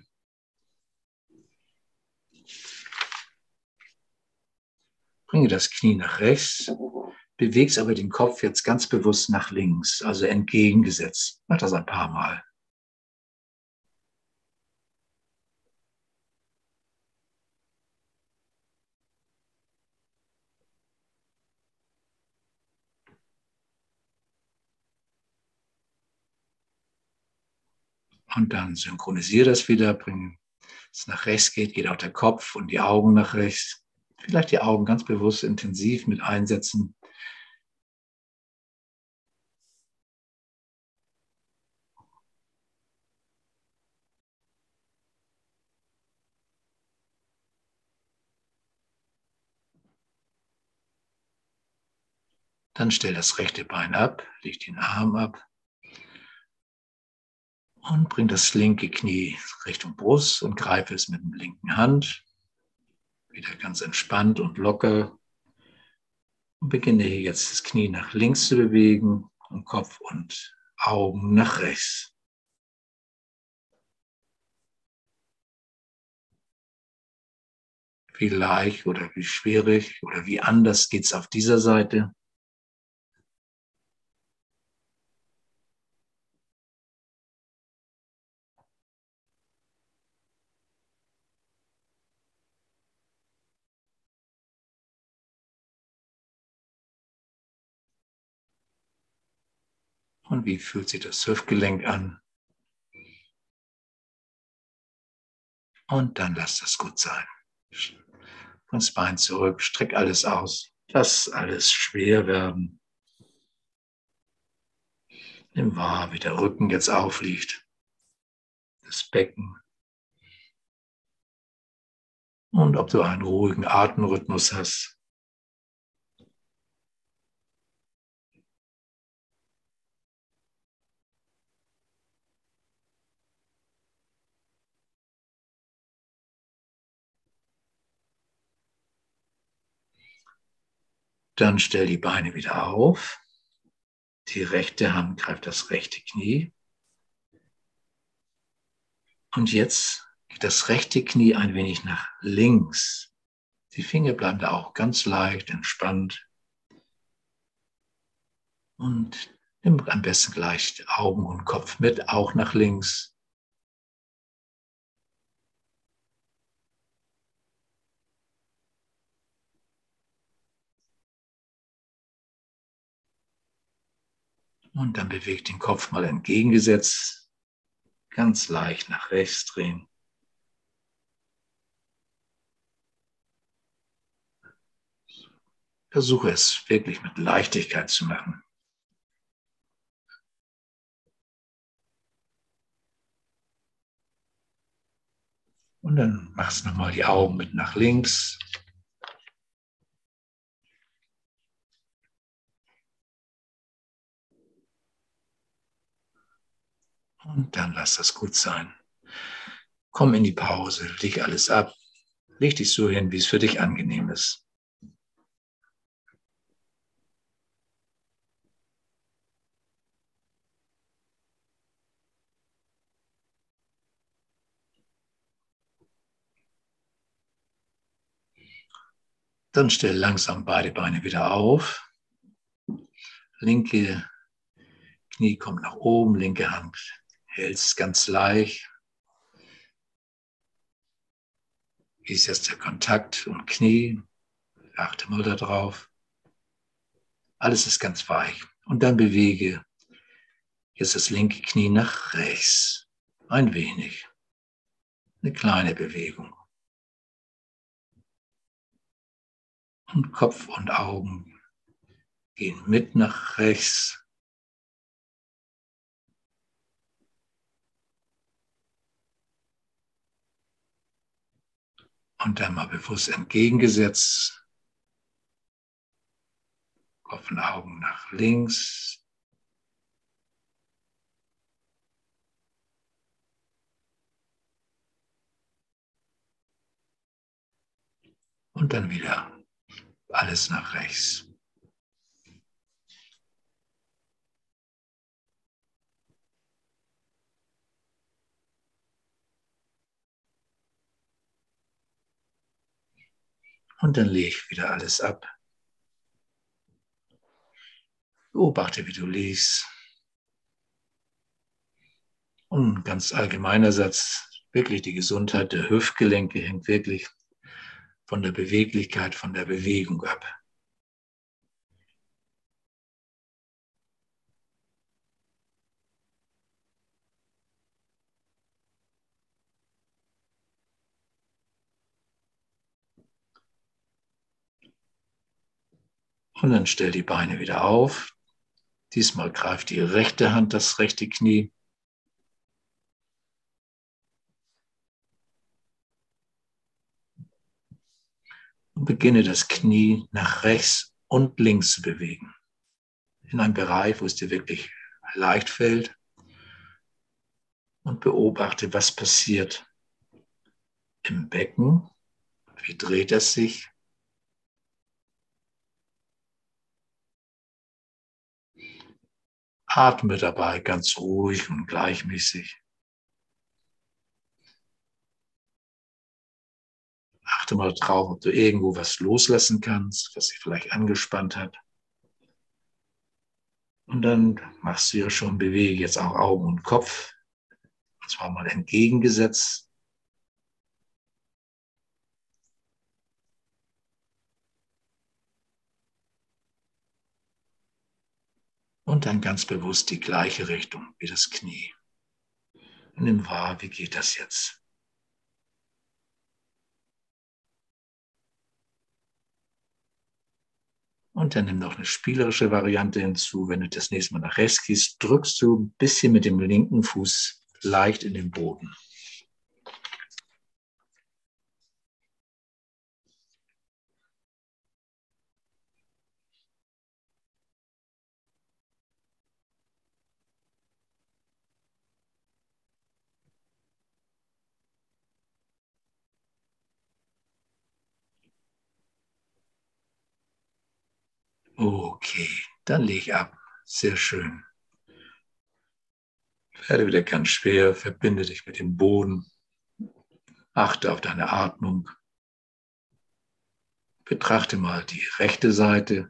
Bringe das Knie nach rechts. Bewegst aber den Kopf jetzt ganz bewusst nach links, also entgegengesetzt. Mach das ein paar Mal. Und dann synchronisiere das wieder, bring es nach rechts geht, geht auch der Kopf und die Augen nach rechts. Vielleicht die Augen ganz bewusst intensiv mit einsetzen. Dann stell das rechte Bein ab, leg den Arm ab und bring das linke Knie Richtung Brust und greife es mit der linken Hand. Wieder ganz entspannt und locker. Und beginne hier jetzt das Knie nach links zu bewegen und Kopf und Augen nach rechts. Wie leicht oder wie schwierig oder wie anders geht es auf dieser Seite. Und wie fühlt sich das Hüftgelenk an? Und dann lass das gut sein. Bring das Bein zurück, streck alles aus. Lass alles schwer werden. Nimm wahr, wie der Rücken jetzt aufliegt. Das Becken. Und ob du einen ruhigen Atemrhythmus hast. Dann stell die Beine wieder auf. Die rechte Hand greift das rechte Knie. Und jetzt geht das rechte Knie ein wenig nach links. Die Finger bleiben da auch ganz leicht, entspannt. Und nimm am besten gleich Augen und Kopf mit, auch nach links. Und dann bewegt den Kopf mal entgegengesetzt. Ganz leicht nach rechts drehen. Versuche es wirklich mit Leichtigkeit zu machen. Und dann machst du nochmal die Augen mit nach links. Und dann lass das gut sein. Komm in die Pause, leg alles ab. Leg dich so hin, wie es für dich angenehm ist. Dann stell langsam beide Beine wieder auf. Linke Knie kommt nach oben, linke Hand hältst ganz leicht. Wie ist jetzt der Kontakt und Knie? Achte mal darauf. Alles ist ganz weich. Und dann bewege jetzt das linke Knie nach rechts. Ein wenig. Eine kleine Bewegung. Und Kopf und Augen gehen mit nach rechts. Und dann mal bewusst entgegengesetzt. Kopf und Augen nach links. Und dann wieder alles nach rechts. Und dann lege ich wieder alles ab. Beobachte, wie du liegst. Und ein ganz allgemeiner Satz, wirklich die Gesundheit der Hüftgelenke hängt wirklich von der Beweglichkeit, von der Bewegung ab. Und dann stell die Beine wieder auf. Diesmal greift die rechte Hand das rechte Knie. Und beginne das Knie nach rechts und links zu bewegen. In einem Bereich, wo es dir wirklich leicht fällt. Und beobachte, was passiert im Becken. Wie dreht es sich? Atme dabei ganz ruhig und gleichmäßig. Achte mal drauf, ob du irgendwo was loslassen kannst, was sich vielleicht angespannt hat. Und dann machst du ja schon, bewege jetzt auch Augen und Kopf. Und zwar mal entgegengesetzt. Und dann ganz bewusst die gleiche Richtung wie das Knie. Und nimm wahr, wie geht das jetzt? Und dann nimm noch eine spielerische Variante hinzu. Wenn du das nächste Mal nach rechts gehst, drückst du ein bisschen mit dem linken Fuß leicht in den Boden. Okay, dann leg ich ab. Sehr schön. Werde wieder ganz schwer, verbinde dich mit dem Boden. Achte auf deine Atmung. Betrachte mal die rechte Seite.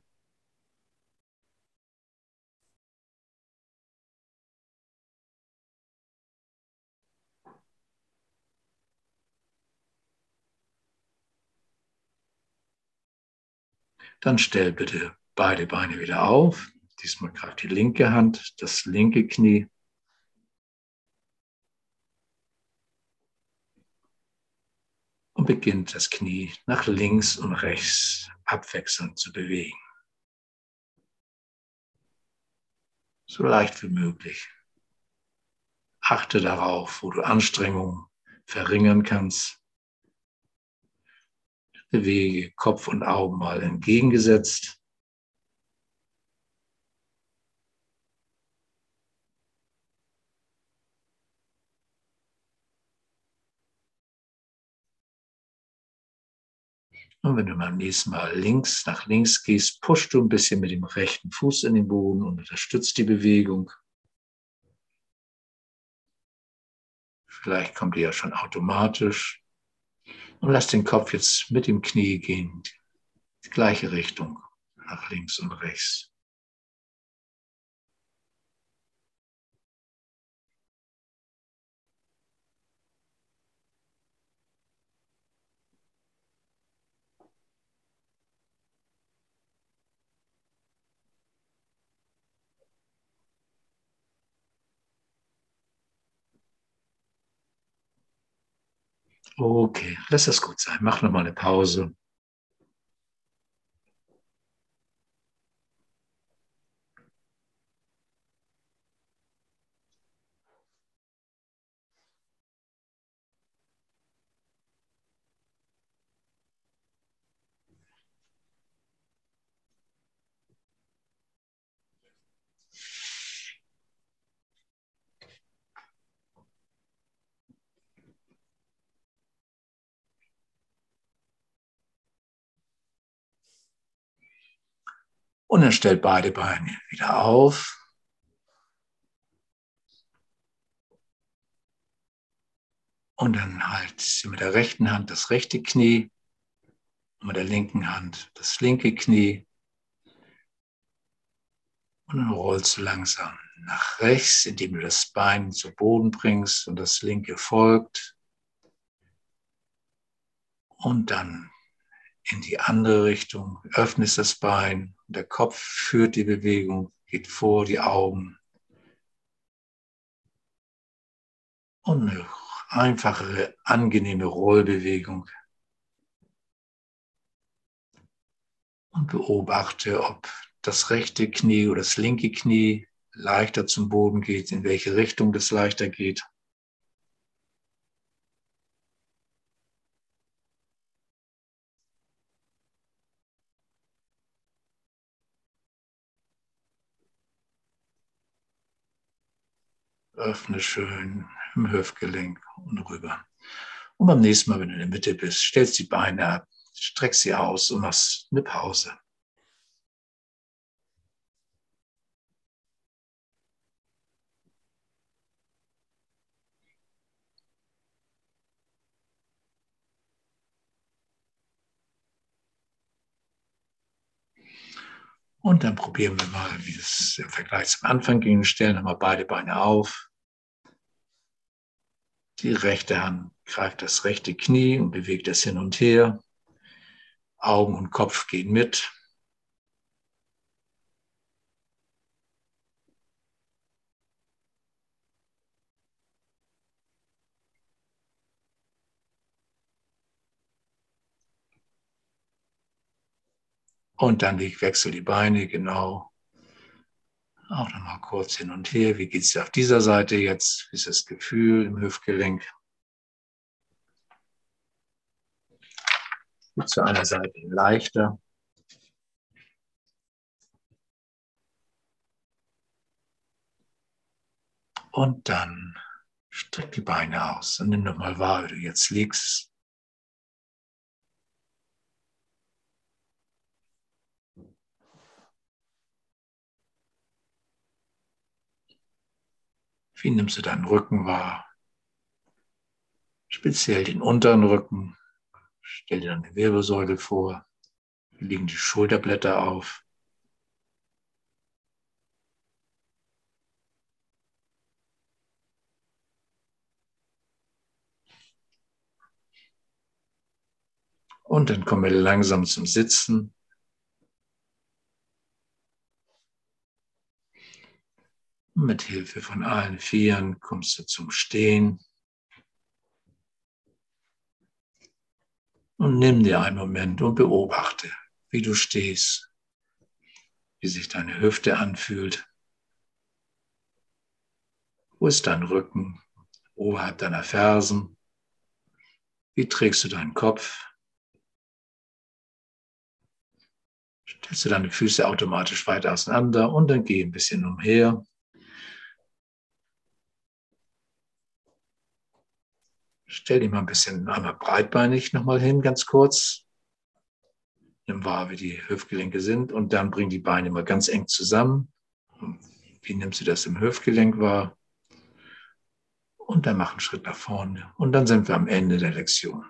Dann stell bitte beide Beine wieder auf. Diesmal greift die linke Hand, das linke Knie. Und beginnt das Knie nach links und rechts abwechselnd zu bewegen. So leicht wie möglich. Achte darauf, wo du Anstrengungen verringern kannst. Bewege Kopf und Augen mal entgegengesetzt. Und wenn du beim nächsten Mal links nach links gehst, pushst du ein bisschen mit dem rechten Fuß in den Boden und unterstützt die Bewegung. Vielleicht kommt die ja schon automatisch. Und lass den Kopf jetzt mit dem Knie gehen. Die gleiche Richtung, nach links und rechts. Okay, lass das gut sein. Mach nochmal eine Pause. Und dann stell beide Beine wieder auf. Und dann halt mit der rechten Hand das rechte Knie und mit der linken Hand das linke Knie. Und dann rollst du langsam nach rechts, indem du das Bein zu Boden bringst und das linke folgt. Und dann in die andere Richtung, öffnest das Bein, der Kopf führt die Bewegung, geht vor die Augen. Und eine einfache, angenehme Rollbewegung. Und beobachte, ob das rechte Knie oder das linke Knie leichter zum Boden geht, in welche Richtung das leichter geht. Öffne schön im Hüftgelenk und rüber. Und beim nächsten Mal, wenn du in der Mitte bist, stellst die Beine ab, streckst sie aus und machst eine Pause. Und dann probieren wir mal, wie es im Vergleich zum Anfang ging. Stellen nochmal beide Beine auf. Die rechte Hand greift das rechte Knie und bewegt es hin und her. Augen und Kopf gehen mit. Und dann wechsel die Beine, genau. Auch nochmal kurz hin und her. Wie geht es dir auf dieser Seite jetzt? Wie ist das Gefühl im Hüftgelenk? Geht zu einer Seite leichter. Und dann streck die Beine aus und nimm nochmal wahr, wie du jetzt liegst. Wie nimmst du deinen Rücken wahr? Speziell den unteren Rücken. Stell dir deine Wirbelsäule vor. Hier liegen die Schulterblätter auf. Und dann kommen wir langsam zum Sitzen. Und mit Hilfe von allen Vieren kommst du zum Stehen. Und nimm dir einen Moment und beobachte, wie du stehst, wie sich deine Hüfte anfühlt. Wo ist dein Rücken? Oberhalb deiner Fersen? Wie trägst du deinen Kopf? Stellst du deine Füße automatisch weit auseinander und dann geh ein bisschen umher. Stell dich mal ein bisschen einmal breitbeinig nochmal hin, ganz kurz. Nimm wahr, wie die Hüftgelenke sind und dann bring die Beine mal ganz eng zusammen. Wie nimmst du das im Hüftgelenk wahr? Und dann mach einen Schritt nach vorne. Und dann sind wir am Ende der Lektion.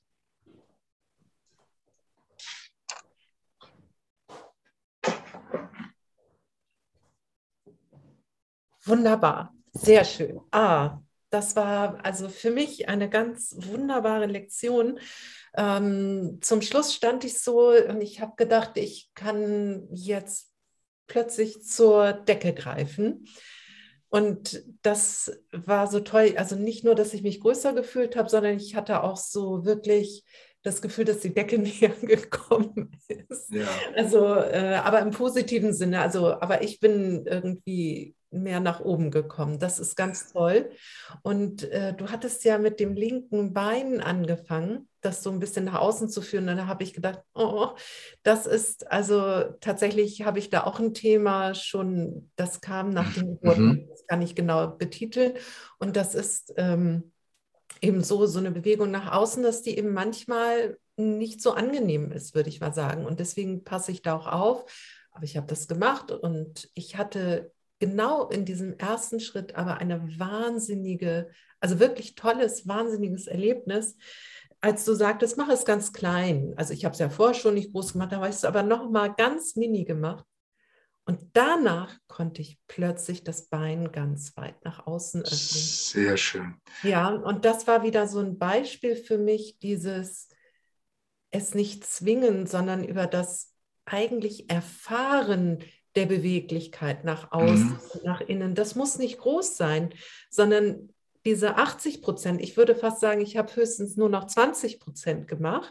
Wunderbar, sehr schön. Ah, das war also für mich eine ganz wunderbare Lektion. Ähm, zum Schluss stand ich so und ich habe gedacht, ich kann jetzt plötzlich zur Decke greifen. Und das war so toll. Also nicht nur, dass ich mich größer gefühlt habe, sondern ich hatte auch so wirklich das Gefühl, dass die Decke näher gekommen ist. Ja. Also, äh, aber im positiven Sinne. Also, aber ich bin irgendwie mehr nach oben gekommen. Das ist ganz toll. Und äh, du hattest ja mit dem linken Bein angefangen, das so ein bisschen nach außen zu führen. Und da habe ich gedacht, oh, das ist, also tatsächlich habe ich da auch ein Thema schon, das kam nach dem Geburten, Mhm. das kann ich genau betiteln. Und das ist ähm, eben so, so eine Bewegung nach außen, dass die eben manchmal nicht so angenehm ist, würde ich mal sagen. Und deswegen passe ich da auch auf. Aber ich habe das gemacht und ich hatte genau in diesem ersten Schritt aber eine wahnsinnige, also wirklich tolles, wahnsinniges Erlebnis, als du sagtest, mach es ganz klein. Also ich habe es ja vorher schon nicht groß gemacht, da habe ich es aber noch mal ganz mini gemacht. Und danach konnte ich plötzlich das Bein ganz weit nach außen öffnen. Sehr schön. Ja, und das war wieder so ein Beispiel für mich, dieses es nicht zwingen, sondern über das eigentlich Erfahren der Beweglichkeit nach außen, Mhm. nach innen. Das muss nicht groß sein, sondern diese achtzig Prozent, ich würde fast sagen, ich habe höchstens nur noch zwanzig Prozent gemacht,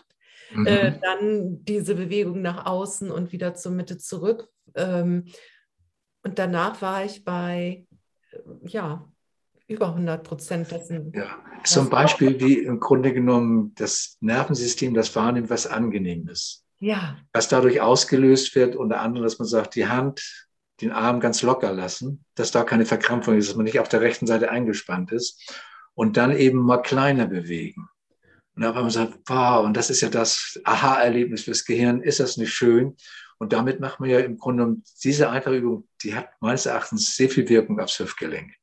Mhm. äh, dann diese Bewegung nach außen und wieder zur Mitte zurück. Ähm, und danach war ich bei, äh, ja, über hundert Prozent dessen. Ja, so ein Was, Beispiel, wie im Grunde genommen das Nervensystem das wahrnimmt, was angenehm ist. ja, Was dadurch ausgelöst wird, unter anderem, dass man sagt, die Hand, den Arm ganz locker lassen, dass da keine Verkrampfung ist, dass man nicht auf der rechten Seite eingespannt ist und dann eben mal kleiner bewegen. Und dann haben wir gesagt, wow, und das ist ja das Aha-Erlebnis fürs Gehirn, ist das nicht schön? Und damit macht man ja im Grunde genommen diese einfache Übung, die hat meines Erachtens sehr viel Wirkung aufs Hüftgelenk.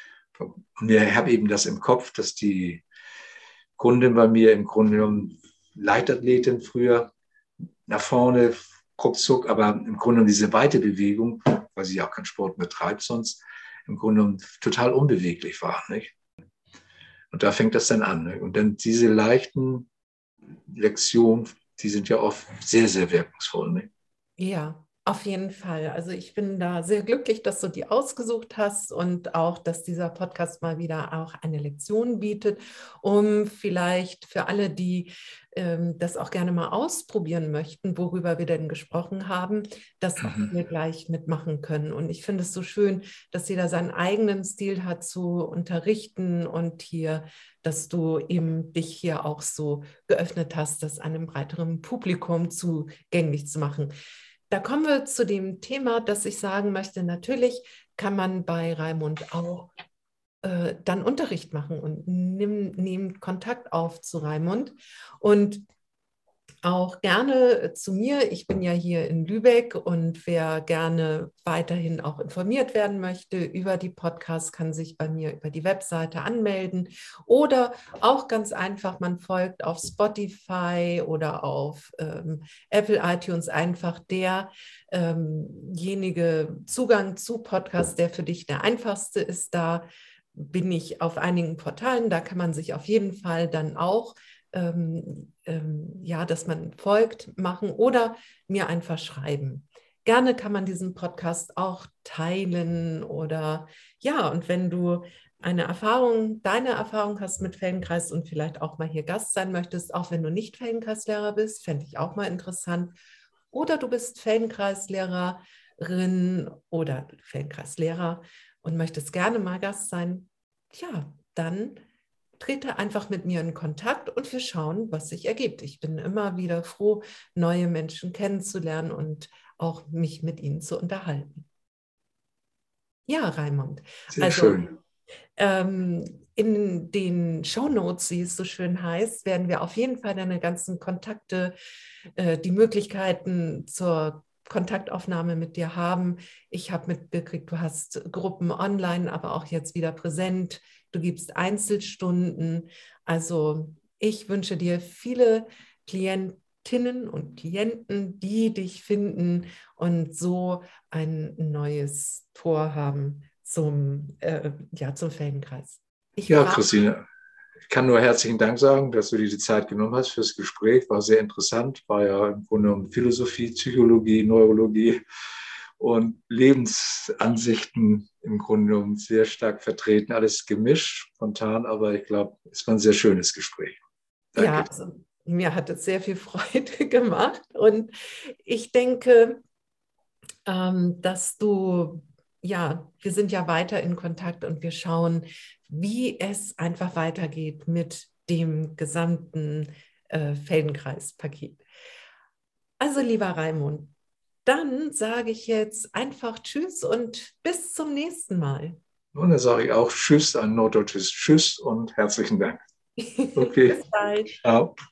Und ich habe eben das im Kopf, dass die Kundin bei mir im Grunde genommen Leichtathletin früher nach vorne, ruckzuck, aber im Grunde genommen diese weite Bewegung, weil sie ja auch keinen Sport mehr treibt sonst, im Grunde genommen total unbeweglich war. Nicht? Und da fängt das dann an. Nicht? Und dann diese leichten Lektionen, die sind ja oft sehr, sehr wirkungsvoll. Nicht? ja, auf jeden Fall. Also ich bin da sehr glücklich, dass du die ausgesucht hast und auch, dass dieser Podcast mal wieder auch eine Lektion bietet, um vielleicht für alle, die ähm, das auch gerne mal ausprobieren möchten, worüber wir denn gesprochen haben, das auch Mhm. hier gleich mitmachen können. Und ich finde es so schön, dass jeder seinen eigenen Stil hat zu unterrichten und hier, dass du eben dich hier auch so geöffnet hast, das einem breiteren Publikum zugänglich zu machen. Da kommen wir zu dem Thema, dass ich sagen möchte, natürlich kann man bei Raimund auch äh, dann Unterricht machen und nimm, nehmt Kontakt auf zu Raimund und auch gerne zu mir. Ich bin ja hier in Lübeck und wer gerne weiterhin auch informiert werden möchte über die Podcasts, kann sich bei mir über die Webseite anmelden oder auch ganz einfach, man folgt auf Spotify oder auf ähm, Apple iTunes einfach derjenige ähm Zugang zu Podcasts, der für dich der einfachste ist. Da bin ich auf einigen Portalen, da kann man sich auf jeden Fall dann auch Ähm, ähm, ja, dass man folgt, machen oder mir einfach schreiben. Gerne kann man diesen Podcast auch teilen oder ja, und wenn du eine Erfahrung, deine Erfahrung hast mit Feldenkreis und vielleicht auch mal hier Gast sein möchtest, auch wenn du nicht Feldenkreislehrer bist, fände ich auch mal interessant. Oder du bist Feldenkreislehrerin oder Feldenkreislehrer und möchtest gerne mal Gast sein, ja, dann trete einfach mit mir in Kontakt und wir schauen, was sich ergibt. Ich bin immer wieder froh, neue Menschen kennenzulernen und auch mich mit ihnen zu unterhalten. Ja, Raimund. Sehr Also schön. ähm, in den Shownotes, wie es so schön heißt, werden wir auf jeden Fall deine ganzen Kontakte, äh, die Möglichkeiten zur Kontaktaufnahme mit dir haben. Ich habe mitgekriegt, du hast Gruppen online, aber auch jetzt wieder präsent. Du gibst Einzelstunden. Also ich wünsche dir viele Klientinnen und Klienten, die dich finden und so ein neues Tor haben zum, äh, ja, zum Feldenkreis. Ich Ja, frage, Christine, ich kann nur herzlichen Dank sagen, dass du dir die Zeit genommen hast fürs Gespräch. War sehr interessant. War ja im Grunde genommen Philosophie, Psychologie, Neurologie und Lebensansichten im Grunde genommen sehr stark vertreten. Alles gemischt, spontan, aber ich glaube, es war ein sehr schönes Gespräch. ja, Danke. also, mir hat es sehr viel Freude gemacht und ich denke, ähm, dass du, ja, wir sind ja weiter in Kontakt und wir schauen, wie es einfach weitergeht mit dem gesamten äh, Feldenkreis-Paket. Also, lieber Raimund, dann sage ich jetzt einfach Tschüss und bis zum nächsten Mal. Und dann sage ich auch Tschüss, ein norddeutsches Tschüss und herzlichen Dank. Bis Okay, bald. ciao.